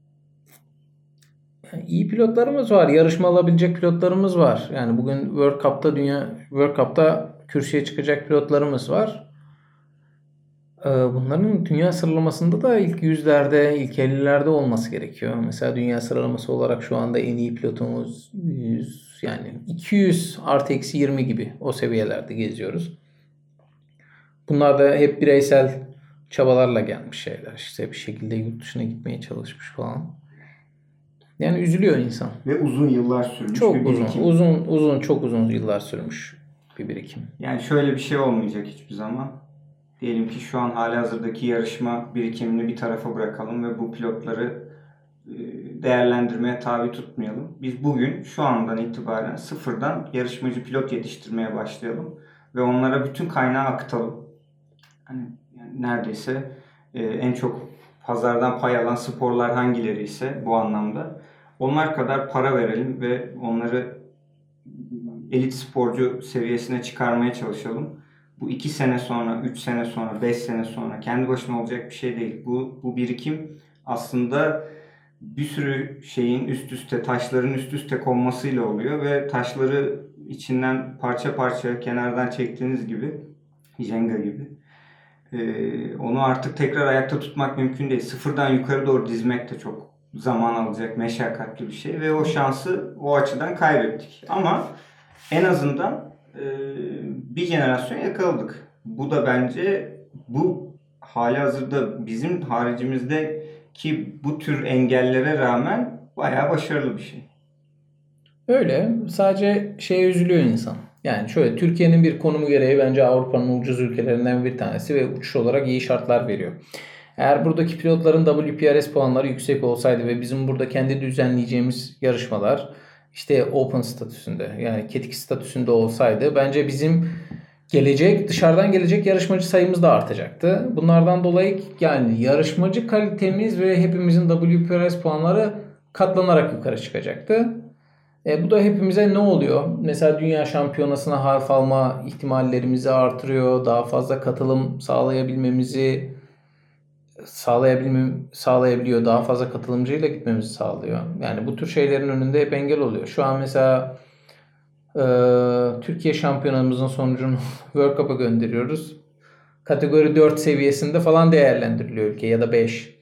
Yani iyi pilotlarımız var. Yarışma alabilecek pilotlarımız var. Yani bugün World Cup'ta dünya World Cup'ta kürsüye çıkacak pilotlarımız var. Ee, bunların dünya sıralamasında da ilk yüzlerde, ilk ellilerde olması gerekiyor. Mesela dünya sıralaması olarak şu anda en iyi pilotumuz yüz, yani iki yüz artı eksi yirmi gibi o seviyelerde geziyoruz. Bunlar da hep bireysel çabalarla gelmiş şeyler. İşte bir şekilde yurt dışına gitmeye çalışmış falan. Yani üzülüyor insan. Ve uzun yıllar sürmüş çok bir uzun, birikim. uzun, uzun, çok uzun yıllar sürmüş bir birikim. Yani şöyle bir şey olmayacak hiçbir zaman. Diyelim ki şu an halihazırdaki yarışma birikimini bir tarafa bırakalım ve bu pilotları değerlendirmeye tabi tutmayalım. Biz bugün şu andan itibaren sıfırdan yarışmacı pilot yetiştirmeye başlayalım ve onlara bütün kaynağı akıtalım. Hani yani neredeyse en çok pazardan pay alan sporlar hangileri ise bu anlamda onlar kadar para verelim ve onları elit sporcu seviyesine çıkarmaya çalışalım. Bu iki sene sonra, üç sene sonra, beş sene sonra kendi başına olacak bir şey değil. Bu, bu birikim aslında bir sürü şeyin üst üste, taşların üst üste konmasıyla oluyor ve taşları içinden parça parça kenardan çektiğiniz gibi, Jenga gibi, ee, onu artık tekrar ayakta tutmak mümkün değil. Sıfırdan yukarı doğru dizmek de çok zaman alacak, meşakkatli bir şey ve o şansı o açıdan kaybettik. Ama en azından e, bir jenerasyon yakaladık. Bu da bence bu halihazırda bizim haricimizdeki bu tür engellere rağmen bayağı başarılı bir şey. Öyle. Sadece şeye üzülüyor insan. Yani şöyle Türkiye'nin bir konumu gereği bence Avrupa'nın ucuz ülkelerinden bir tanesi ve uçuş olarak iyi şartlar veriyor. Eğer buradaki pilotların W P R S puanları yüksek olsaydı ve bizim burada kendi düzenleyeceğimiz yarışmalar işte Open statüsünde yani Ketik statüsünde olsaydı bence bizim gelecek dışarıdan gelecek yarışmacı sayımız da artacaktı. Bunlardan dolayı yani yarışmacı kalitemiz ve hepimizin W P R S puanları katlanarak yukarı çıkacaktı. E, bu da hepimize ne oluyor? Mesela dünya şampiyonasına harf alma ihtimallerimizi artırıyor. Daha fazla katılım sağlayabilmemizi sağlayabilmem sağlayabiliyor. Daha fazla katılımcıyla gitmemizi sağlıyor. Yani bu tür şeylerin önünde hep engel oluyor. Şu an mesela e, Türkiye şampiyonamızın sonucunu World Cup'a gönderiyoruz. Kategori dört seviyesinde falan değerlendiriliyor ülke ya da beş.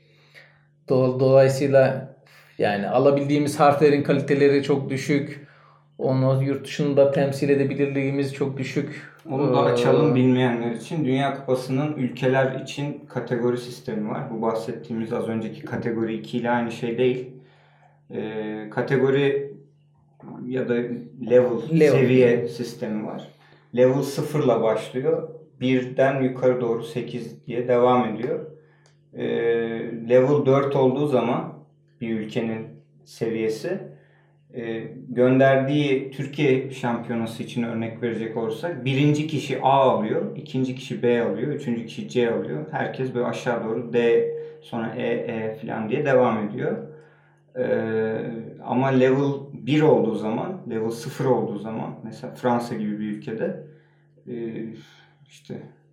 Dolayısıyla yani alabildiğimiz harflerin kaliteleri çok düşük. Onu yurt dışında temsil edebilirliğimiz çok düşük. Onu da açalım bilmeyenler için. Dünya Kupası'nın ülkeler için kategori sistemi var. Bu bahsettiğimiz az önceki kategori iki ile aynı şey değil. Ee, kategori ya da level, Level. seviye sistemi var. Level sıfır ile başlıyor. birden yukarı doğru sekiz diye devam ediyor. Ee, level dört olduğu zaman bir ülkenin seviyesi e, gönderdiği Türkiye şampiyonası için örnek verecek olursak birinci kişi A alıyor, ikinci kişi B alıyor, üçüncü kişi C alıyor. Herkes böyle aşağı doğru D, sonra E, E falan diye devam ediyor. Ee, ama level bir olduğu zaman, level sıfır olduğu zaman mesela Fransa gibi bir ülkede e, işte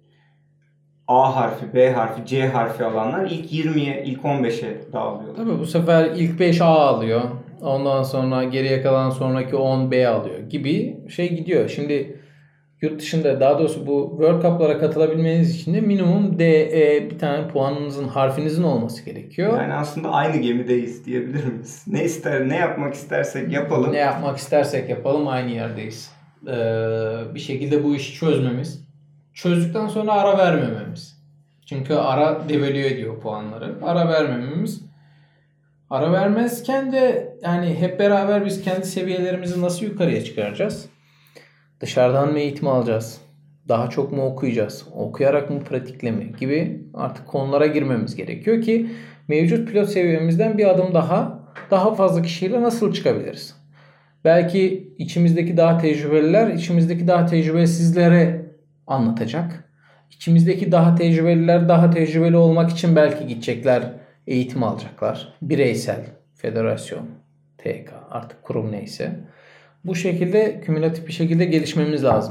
A harfi, B harfi, C harfi alanlar ilk yirmiye, ilk on beşe dağılıyor. Tabii bu sefer ilk beş A alıyor. Ondan sonra geriye kalan sonraki on B alıyor gibi şey gidiyor. Şimdi yurt dışında daha doğrusu bu World Cup'lara katılabilmeniz için de minimum D, E bir tane puanınızın, harfinizin olması gerekiyor. Yani aslında aynı gemideyiz diyebilir miyiz? Ne ister, ne yapmak istersek yapalım. Ne yapmak istersek yapalım aynı yerdeyiz. Ee, bir şekilde bu işi çözmemiz. Çözdükten sonra ara vermememiz. Çünkü ara devalüe ediyor puanları. Ara vermememiz. Ara vermezken de yani hep beraber biz kendi seviyelerimizi nasıl yukarıya çıkaracağız? Dışarıdan mı eğitim alacağız? Daha çok mu okuyacağız? Okuyarak mı, pratikle mi? Gibi artık konulara girmemiz gerekiyor ki mevcut pilot seviyemizden bir adım daha daha fazla kişiyle nasıl çıkabiliriz? Belki içimizdeki daha tecrübeliler içimizdeki daha tecrübesizlere anlatacak. İçimizdeki daha tecrübeliler daha tecrübeli olmak için belki gidecekler, eğitim alacaklar. Bireysel, federasyon, T K artık kurum neyse. Bu şekilde kümülatif bir şekilde gelişmemiz lazım.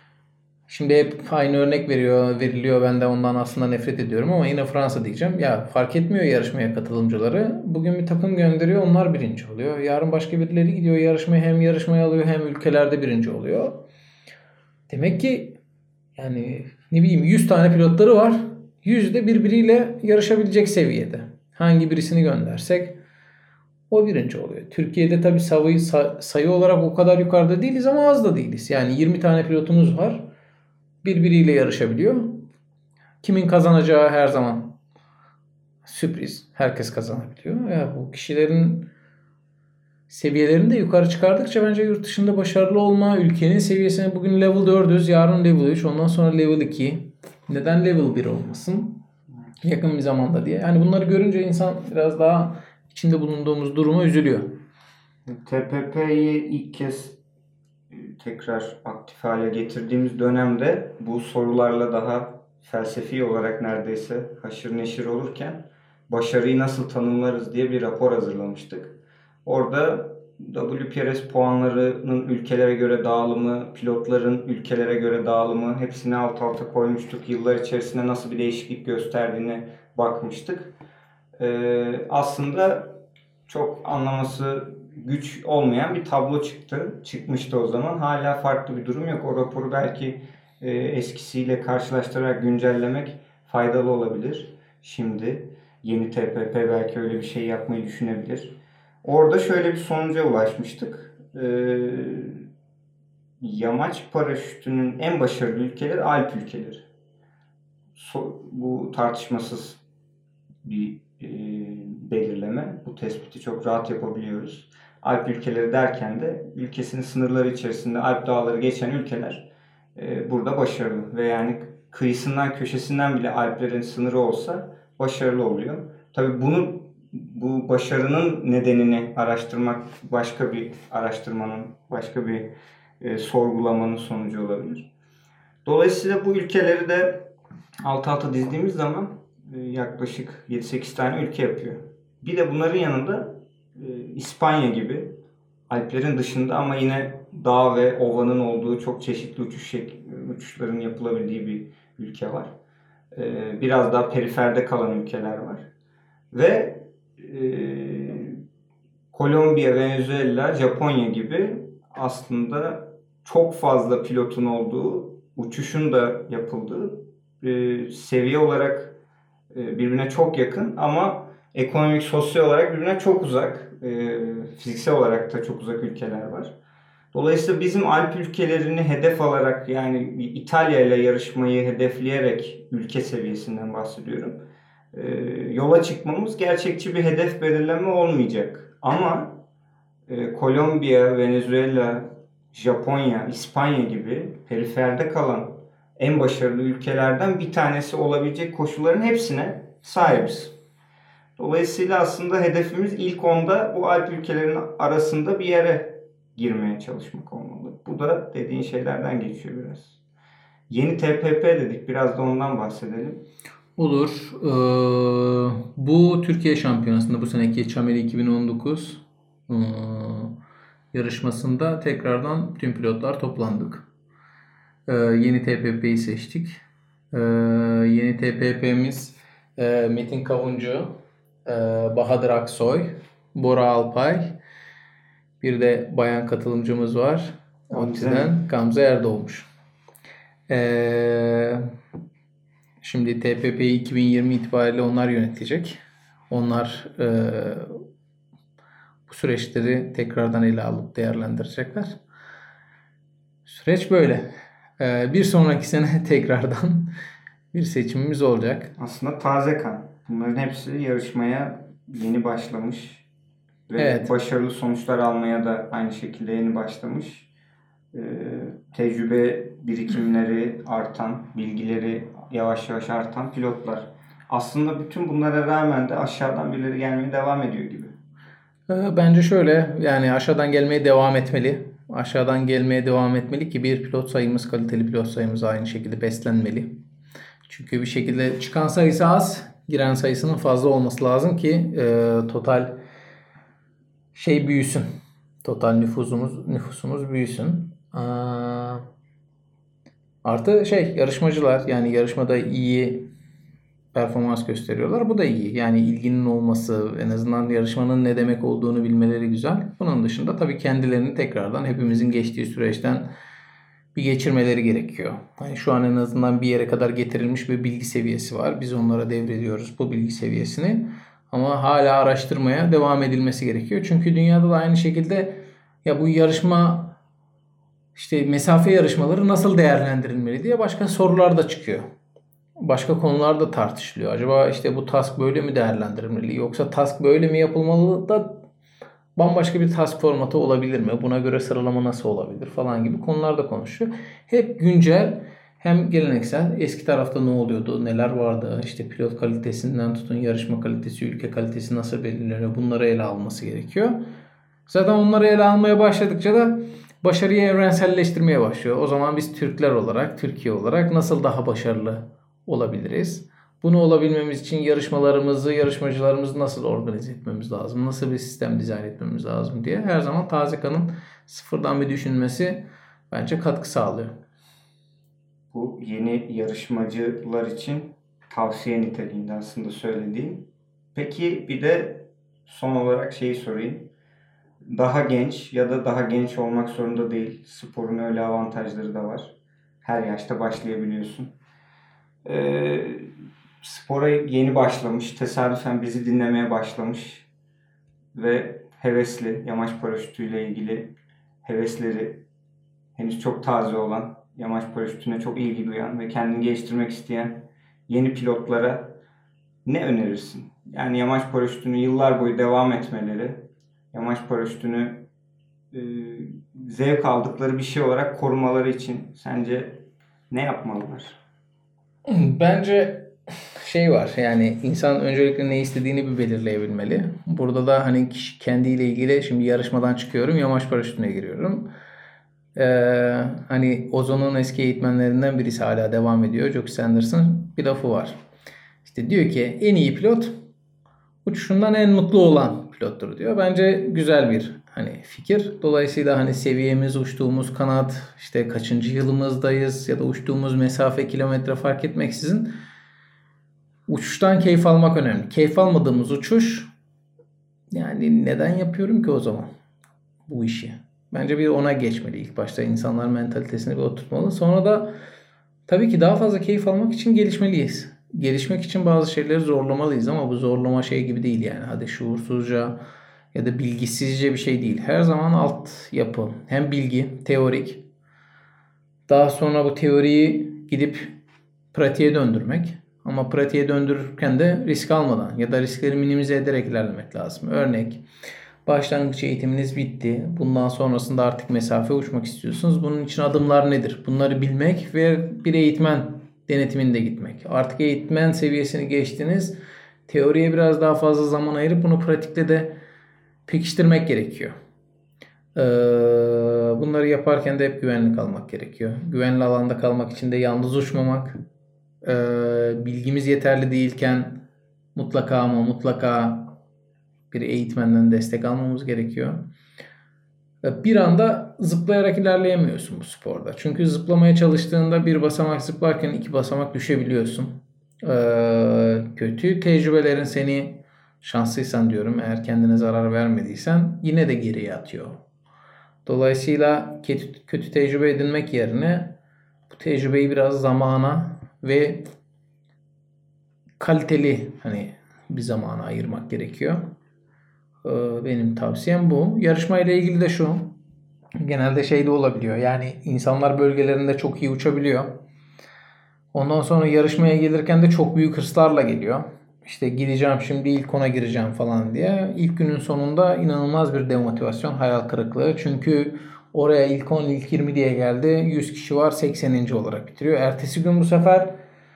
Şimdi hep aynı örnek veriyor, veriliyor. Ben de ondan aslında nefret ediyorum ama yine Fransa diyeceğim. Ya fark etmiyor yarışmaya katılımcıları. Bugün bir takım gönderiyor, onlar birinci oluyor. Yarın başka birileri gidiyor yarışmaya, hem yarışmaya alıyor hem ülkelerde birinci oluyor. Demek ki yani ne bileyim yüz tane pilotları var. yüz de birbiriyle yarışabilecek seviyede. Hangi birisini göndersek o birinci oluyor. Türkiye'de tabii sayı, sayı olarak o kadar yukarıda değiliz ama az da değiliz. Yani yirmi tane pilotumuz var. Birbiriyle yarışabiliyor. Kimin kazanacağı her zaman sürpriz. Herkes kazanabiliyor. Ya bu kişilerin seviyelerini de yukarı çıkardıkça bence yurt dışında başarılı olma, ülkenin seviyesine bugün level dördüz, yarın level üç, ondan sonra level iki. Neden level bir olmasın? Yakın bir zamanda diye. Yani bunları görünce insan biraz daha içinde bulunduğumuz duruma üzülüyor. T P P'yi ilk kez tekrar aktif hale getirdiğimiz dönemde bu sorularla daha felsefi olarak neredeyse haşır neşir olurken başarıyı nasıl tanımlarız diye bir rapor hazırlamıştık. Orada W P R S puanlarının ülkelere göre dağılımı, pilotların ülkelere göre dağılımı hepsini alt alta koymuştuk. Yıllar içerisinde nasıl bir değişiklik gösterdiğine bakmıştık. Ee, aslında çok anlaması güç olmayan bir tablo çıktı. Çıkmıştı o zaman. Hala farklı bir durum yok. O raporu belki e, eskisiyle karşılaştırarak güncellemek faydalı olabilir. Şimdi yeni T P P belki öyle bir şey yapmayı düşünebilir. Orada şöyle bir sonuca ulaşmıştık. Ee, yamaç paraşütünün en başarılı ülkeleri Alp ülkeleri. So, bu tartışmasız bir e, belirleme. Bu tespiti çok rahat yapabiliyoruz. Alp ülkeleri derken de ülkesinin sınırları içerisinde Alp dağları geçen ülkeler e, burada başarılı. Ve yani kıyısından köşesinden bile Alplerin sınırı olsa başarılı oluyor. Tabii bunu bu başarının nedenini araştırmak başka bir araştırmanın, başka bir e, sorgulamanın sonucu olabilir. Dolayısıyla bu ülkeleri de alt alta dizdiğimiz zaman yaklaşık yedi sekiz tane ülke yapıyor. Bir de bunların yanında İspanya gibi Alplerin dışında ama yine dağ ve ovanın olduğu çok çeşitli uçuş şek- uçuşların yapılabildiği bir ülke var. Ee, biraz daha periferde kalan ülkeler var. Ve e, Kolombiya, Venezuela, Japonya gibi aslında çok fazla pilotun olduğu, uçuşun da yapıldığı, e, seviye olarak e, birbirine çok yakın ama ekonomik, sosyal olarak birbirine çok uzak, e, fiziksel olarak da çok uzak ülkeler var. Dolayısıyla bizim Alp ülkelerini hedef alarak, yani İtalya ile yarışmayı hedefleyerek, ülke seviyesinden bahsediyorum, e, yola çıkmamız gerçekçi bir hedef belirleme olmayacak. Ama e, Kolombiya, Venezuela, Japonya, İspanya gibi periferde kalan en başarılı ülkelerden bir tanesi olabilecek koşulların hepsine sahibiz. Dolayısıyla aslında hedefimiz ilk onda bu Alp ülkelerinin arasında bir yere girmeye çalışmak olmalı. Bu da dediğin şeylerden geçiyor biraz. Yeni T P P dedik. Biraz da ondan bahsedelim. Olur. Ee, bu Türkiye Şampiyonası'nda bu seneki Çameli iki bin on dokuz ee, yarışmasında tekrardan tüm pilotlar toplandık. Ee, yeni T P P'yi seçtik. Ee, yeni T P P'miz e, Metin Kavuncu, e, Bahadır Aksoy, Bora Alpay, bir de bayan katılımcımız var. ODTÜ'den Gamze Erdoğmuş. Ee, şimdi T P P'yi iki bin yirmi itibariyle onlar yönetecek. Onlar e, bu süreçleri tekrardan ele alıp değerlendirecekler. Süreç böyle. Ee, bir sonraki sene tekrardan bir seçimimiz olacak. Aslında taze kan. Bunların hepsi yarışmaya yeni başlamış ve Evet. başarılı sonuçlar almaya da aynı şekilde yeni başlamış. Ee, tecrübe birikimleri artan, bilgileri yavaş yavaş artan pilotlar. Aslında bütün bunlara rağmen de aşağıdan birileri gelmeye devam ediyor gibi. Ee, bence şöyle, yani aşağıdan gelmeye devam etmeli. Aşağıdan gelmeye devam etmeli ki bir pilot sayımız, kaliteli pilot sayımız aynı şekilde beslenmeli. Çünkü bir şekilde çıkan sayısı az, giren sayısının fazla olması lazım ki e, total şey büyüsün. Total nüfusumuz nüfusumuz büyüsün. Aa, artı şey yarışmacılar, yani yarışmada iyi performans gösteriyorlar. Bu da iyi. Yani ilginin olması, en azından yarışmanın ne demek olduğunu bilmeleri güzel. Bunun dışında tabii kendilerini tekrardan hepimizin geçtiği süreçten bir geçirmeleri gerekiyor. Yani şu an en azından bir yere kadar getirilmiş bir bilgi seviyesi var. Biz onlara devrediyoruz bu bilgi seviyesini. Ama hala araştırmaya devam edilmesi gerekiyor. Çünkü dünyada da aynı şekilde ya bu yarışma, işte mesafe yarışmaları nasıl değerlendirilmeli diye başka sorular da çıkıyor. Başka konular da tartışılıyor. Acaba işte bu task böyle mi değerlendirilmeli, yoksa task böyle mi yapılmalı da bambaşka bir task formatı olabilir mi? Buna göre sıralama nasıl olabilir falan gibi konular da konuşuyor. Hep güncel, hem geleneksel, eski tarafta ne oluyordu, neler vardı, işte pilot kalitesinden tutun yarışma kalitesi, ülke kalitesi nasıl belirleniyor, bunları ele alması gerekiyor. Zaten onları ele almaya başladıkça da başarıyı evrenselleştirmeye başlıyor. O zaman biz Türkler olarak, Türkiye olarak nasıl daha başarılı olabiliriz? Bunu olabilmemiz için yarışmalarımızı, yarışmacılarımızı nasıl organize etmemiz lazım? Nasıl bir sistem dizayn etmemiz lazım diye her zaman taze kanın sıfırdan bir düşünmesi bence katkı sağlıyor. Bu yeni yarışmacılar için tavsiye niteliğinde aslında söylediğim. Peki bir de son olarak şeyi sorayım. Daha genç ya da daha genç olmak zorunda değil. Sporun öyle avantajları da var. Her yaşta başlayabiliyorsun. Ee, spora yeni başlamış, tesadüfen bizi dinlemeye başlamış ve hevesli, yamaç paraşütüyle ilgili hevesleri henüz çok taze olan, yamaç paraşütüne çok ilgi duyan ve kendini geliştirmek isteyen yeni pilotlara ne önerirsin? Yani yamaç paraşütünü yıllar boyu devam etmeleri, yamaç paraşütünü e, zevk aldıkları bir şey olarak korumaları için sence ne yapmalılar? Bence şey var, yani insan öncelikle ne istediğini bir belirleyebilmeli. Burada da hani kişi kendiyle ilgili, şimdi yarışmadan çıkıyorum, yamaç paraşütüne giriyorum. Ee, hani Ozon'un eski eğitmenlerinden birisi hala devam ediyor, Jock Sanders'ın bir lafı var. İşte diyor ki en iyi pilot uçuşundan en mutlu olan pilottur diyor. Bence güzel bir hani fikir. Dolayısıyla hani seviyemiz, uçtuğumuz kanat, işte kaçıncı yılımızdayız ya da uçtuğumuz mesafe, kilometre fark etmeksizin uçuştan keyif almak önemli. Keyif almadığımız uçuş, yani neden yapıyorum ki o zaman bu işi? Bence bir ona geçmeli. İlk başta insanlar mentalitesini bir oturtmalı. Sonra da tabii ki daha fazla keyif almak için gelişmeliyiz. Gelişmek için bazı şeyleri zorlamalıyız ama bu zorlama şey gibi değil yani. Hadi şuursuzca ya da bilgisizce bir şey değil. Her zaman alt yapı. Hem bilgi, teorik. Daha sonra bu teoriyi gidip pratiğe döndürmek. Ama pratiğe döndürürken de risk almadan ya da riskleri minimize ederek ilerlemek lazım. Örnek, başlangıç eğitiminiz bitti. Bundan sonrasında artık mesafe uçmak istiyorsunuz. Bunun için adımlar nedir? Bunları bilmek ve bir eğitmen denetiminde gitmek. Artık eğitmen seviyesini geçtiniz. Teoriye biraz daha fazla zaman ayırıp bunu pratikte de pekiştirmek gerekiyor. Ee, bunları yaparken de hep güvenli kalmak gerekiyor. Güvenli alanda kalmak için de yalnız uçmamak. Ee, bilgimiz yeterli değilken mutlaka ama mutlaka bir eğitmenden destek almamız gerekiyor. Bir anda zıplayarak ilerleyemiyorsun bu sporda. Çünkü zıplamaya çalıştığında bir basamak zıplarken iki basamak düşebiliyorsun. Ee, kötü tecrübelerin seni, şanslıysan diyorum, eğer kendine zarar vermediysen, yine de geriye atıyor. Dolayısıyla kötü, kötü tecrübe edinmek yerine bu tecrübeyi biraz zamana ve kaliteli hani bir zamana ayırmak gerekiyor. Benim tavsiyem bu. Yarışma ile ilgili de şu. Genelde şey de olabiliyor. Yani insanlar bölgelerinde çok iyi uçabiliyor. Ondan sonra yarışmaya gelirken de çok büyük hırslarla geliyor. İşte gideceğim şimdi, ilk ona gireceğim falan diye. İlk günün sonunda inanılmaz bir demotivasyon, hayal kırıklığı. Çünkü oraya ilk on, ilk yirmi diye geldi. yüz kişi var, sekseninci olarak bitiriyor. Ertesi gün bu sefer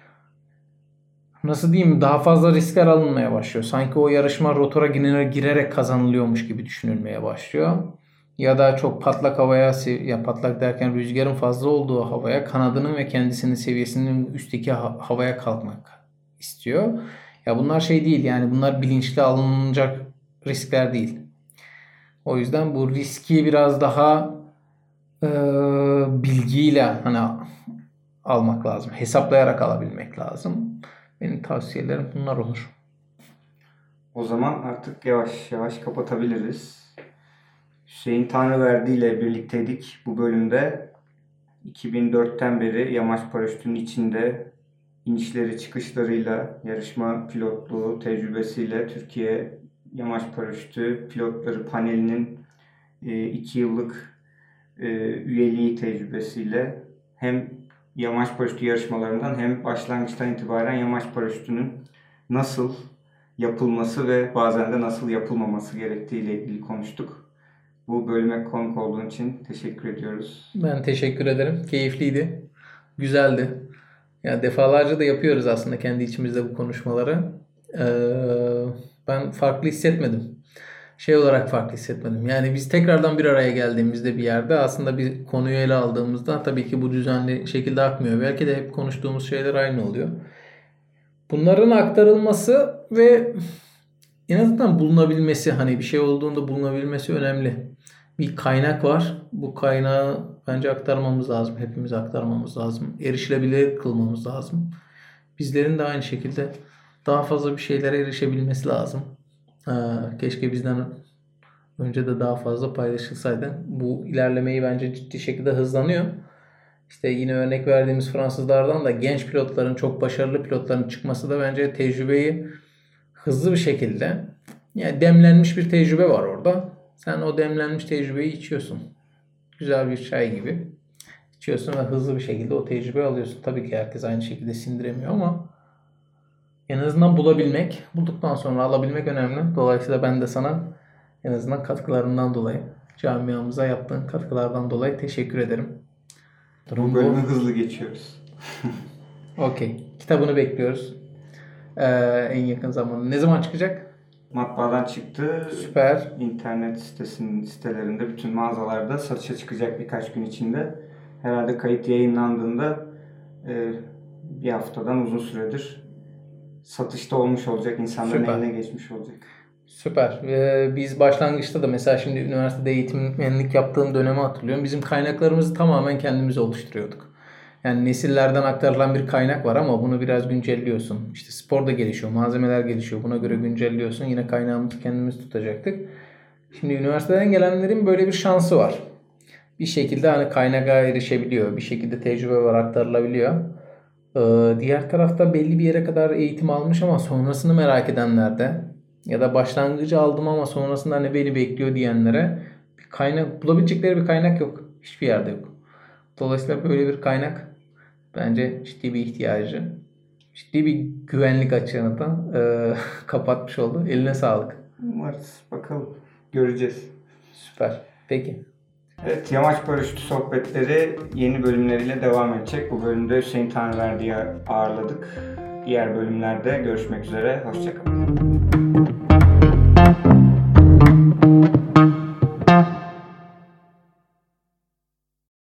nasıl diyeyim, daha fazla riskler alınmaya başlıyor. Sanki o yarışma rotora girerek kazanılıyormuş gibi düşünülmeye başlıyor. Ya da çok patlak havaya, ya patlak derken rüzgarın fazla olduğu havaya, kanadının ve kendisinin seviyesinin üstteki havaya kalkmak istiyor. Ya bunlar şey değil, yani bunlar bilinçli alınacak riskler değil. O yüzden bu riski biraz daha e, bilgiyle hani almak lazım. Hesaplayarak alabilmek lazım. Benim tavsiyelerim bunlar olur. O zaman artık yavaş yavaş kapatabiliriz. Hüseyin Tanrıverdi ile birlikteydik bu bölümde. iki bin dörtten beri yamaç paraşütünün içinde inişleri çıkışlarıyla, yarışma pilotluğu tecrübesiyle Türkiye Yamaç Paraşütü Pilotları Paneli'nin iki yıllık üyeliği tecrübesiyle hem yamaç paraşütü yarışmalarından hem başlangıçtan itibaren yamaç paraşütünün nasıl yapılması ve bazen de nasıl yapılmaması gerektiği ile ilgili konuştuk. Bu bölüme konuk olduğun için teşekkür ediyoruz. Ben teşekkür ederim. Keyifliydi. Güzeldi. Ya defalarca da yapıyoruz aslında kendi içimizde bu konuşmaları. Ee, ben farklı hissetmedim. Şey olarak farklı hissetmedim. Yani biz tekrardan bir araya geldiğimizde bir yerde aslında bir konuyu ele aldığımızda tabii ki bu düzenli şekilde akmıyor. Belki de hep konuştuğumuz şeyler aynı oluyor. Bunların aktarılması ve en azından bulunabilmesi, hani bir şey olduğunda bulunabilmesi önemli. Bir kaynak var. Bu kaynağı bence aktarmamız lazım. Hepimiz aktarmamız lazım. Erişilebilir kılmamız lazım. Bizlerin de aynı şekilde daha fazla bir şeylere erişebilmesi lazım. Ee, keşke bizden önce de daha fazla paylaşılsaydı. Bu ilerlemeyi bence ciddi şekilde hızlanıyor. İşte yine örnek verdiğimiz Fransızlardan da genç pilotların, çok başarılı pilotların çıkması da bence tecrübeyi hızlı bir şekilde, yani demlenmiş bir tecrübe var orada. Sen o demlenmiş tecrübeyi içiyorsun. Güzel bir çay gibi içiyorsun ve hızlı bir şekilde o tecrübeyi alıyorsun. Tabii ki herkes aynı şekilde sindiremiyor ama en azından bulabilmek, bulduktan sonra alabilmek önemli. Dolayısıyla ben de sana en azından katkılarından dolayı, camiamıza yaptığın katkılardan dolayı teşekkür ederim. Durum bu bölümü bu. Hızlı geçiyoruz. Okey. Kitabını bekliyoruz. Ee, en yakın zamanda. Ne zaman çıkacak? Matbaadan çıktı. Süper. İnternet sitesinin sitelerinde, bütün mağazalarda satışa çıkacak birkaç gün içinde. Herhalde kayıt yayınlandığında e, bir haftadan uzun süredir satışta olmuş olacak, insanların Süper. eline geçmiş olacak. Süper. Ee, biz başlangıçta da mesela şimdi üniversitede eğitmenlik yaptığım dönemi hatırlıyorum. Bizim kaynaklarımızı tamamen kendimiz oluşturuyorduk. Yani nesillerden aktarılan bir kaynak var ama bunu biraz güncelliyorsun. İşte spor da gelişiyor, malzemeler gelişiyor. Buna göre güncelliyorsun. Yine kaynağımızı kendimiz tutacaktık. Şimdi üniversiteden gelenlerin böyle bir şansı var. Bir şekilde hani kaynağa erişebiliyor. Bir şekilde tecrübe var, aktarılabiliyor. Ee, diğer tarafta belli bir yere kadar eğitim almış ama sonrasını merak edenler de ya da başlangıcı aldım ama sonrasında ne beni bekliyor diyenlere bir kaynak bulabilecekleri bir kaynak yok. Hiçbir yerde yok. Dolayısıyla böyle bir kaynak bence ciddi bir ihtiyacı. Ciddi bir güvenlik açığını da e, kapatmış oldu. Eline sağlık. Umarız. Bakalım. Göreceğiz. Süper. Peki. Evet, Yamaç Paraşütü sohbetleri yeni bölümleriyle devam edecek. Bu bölümde Hüseyin Tanrıverdi'yi ağırladık. Diğer bölümlerde görüşmek üzere. Hoşça kalın.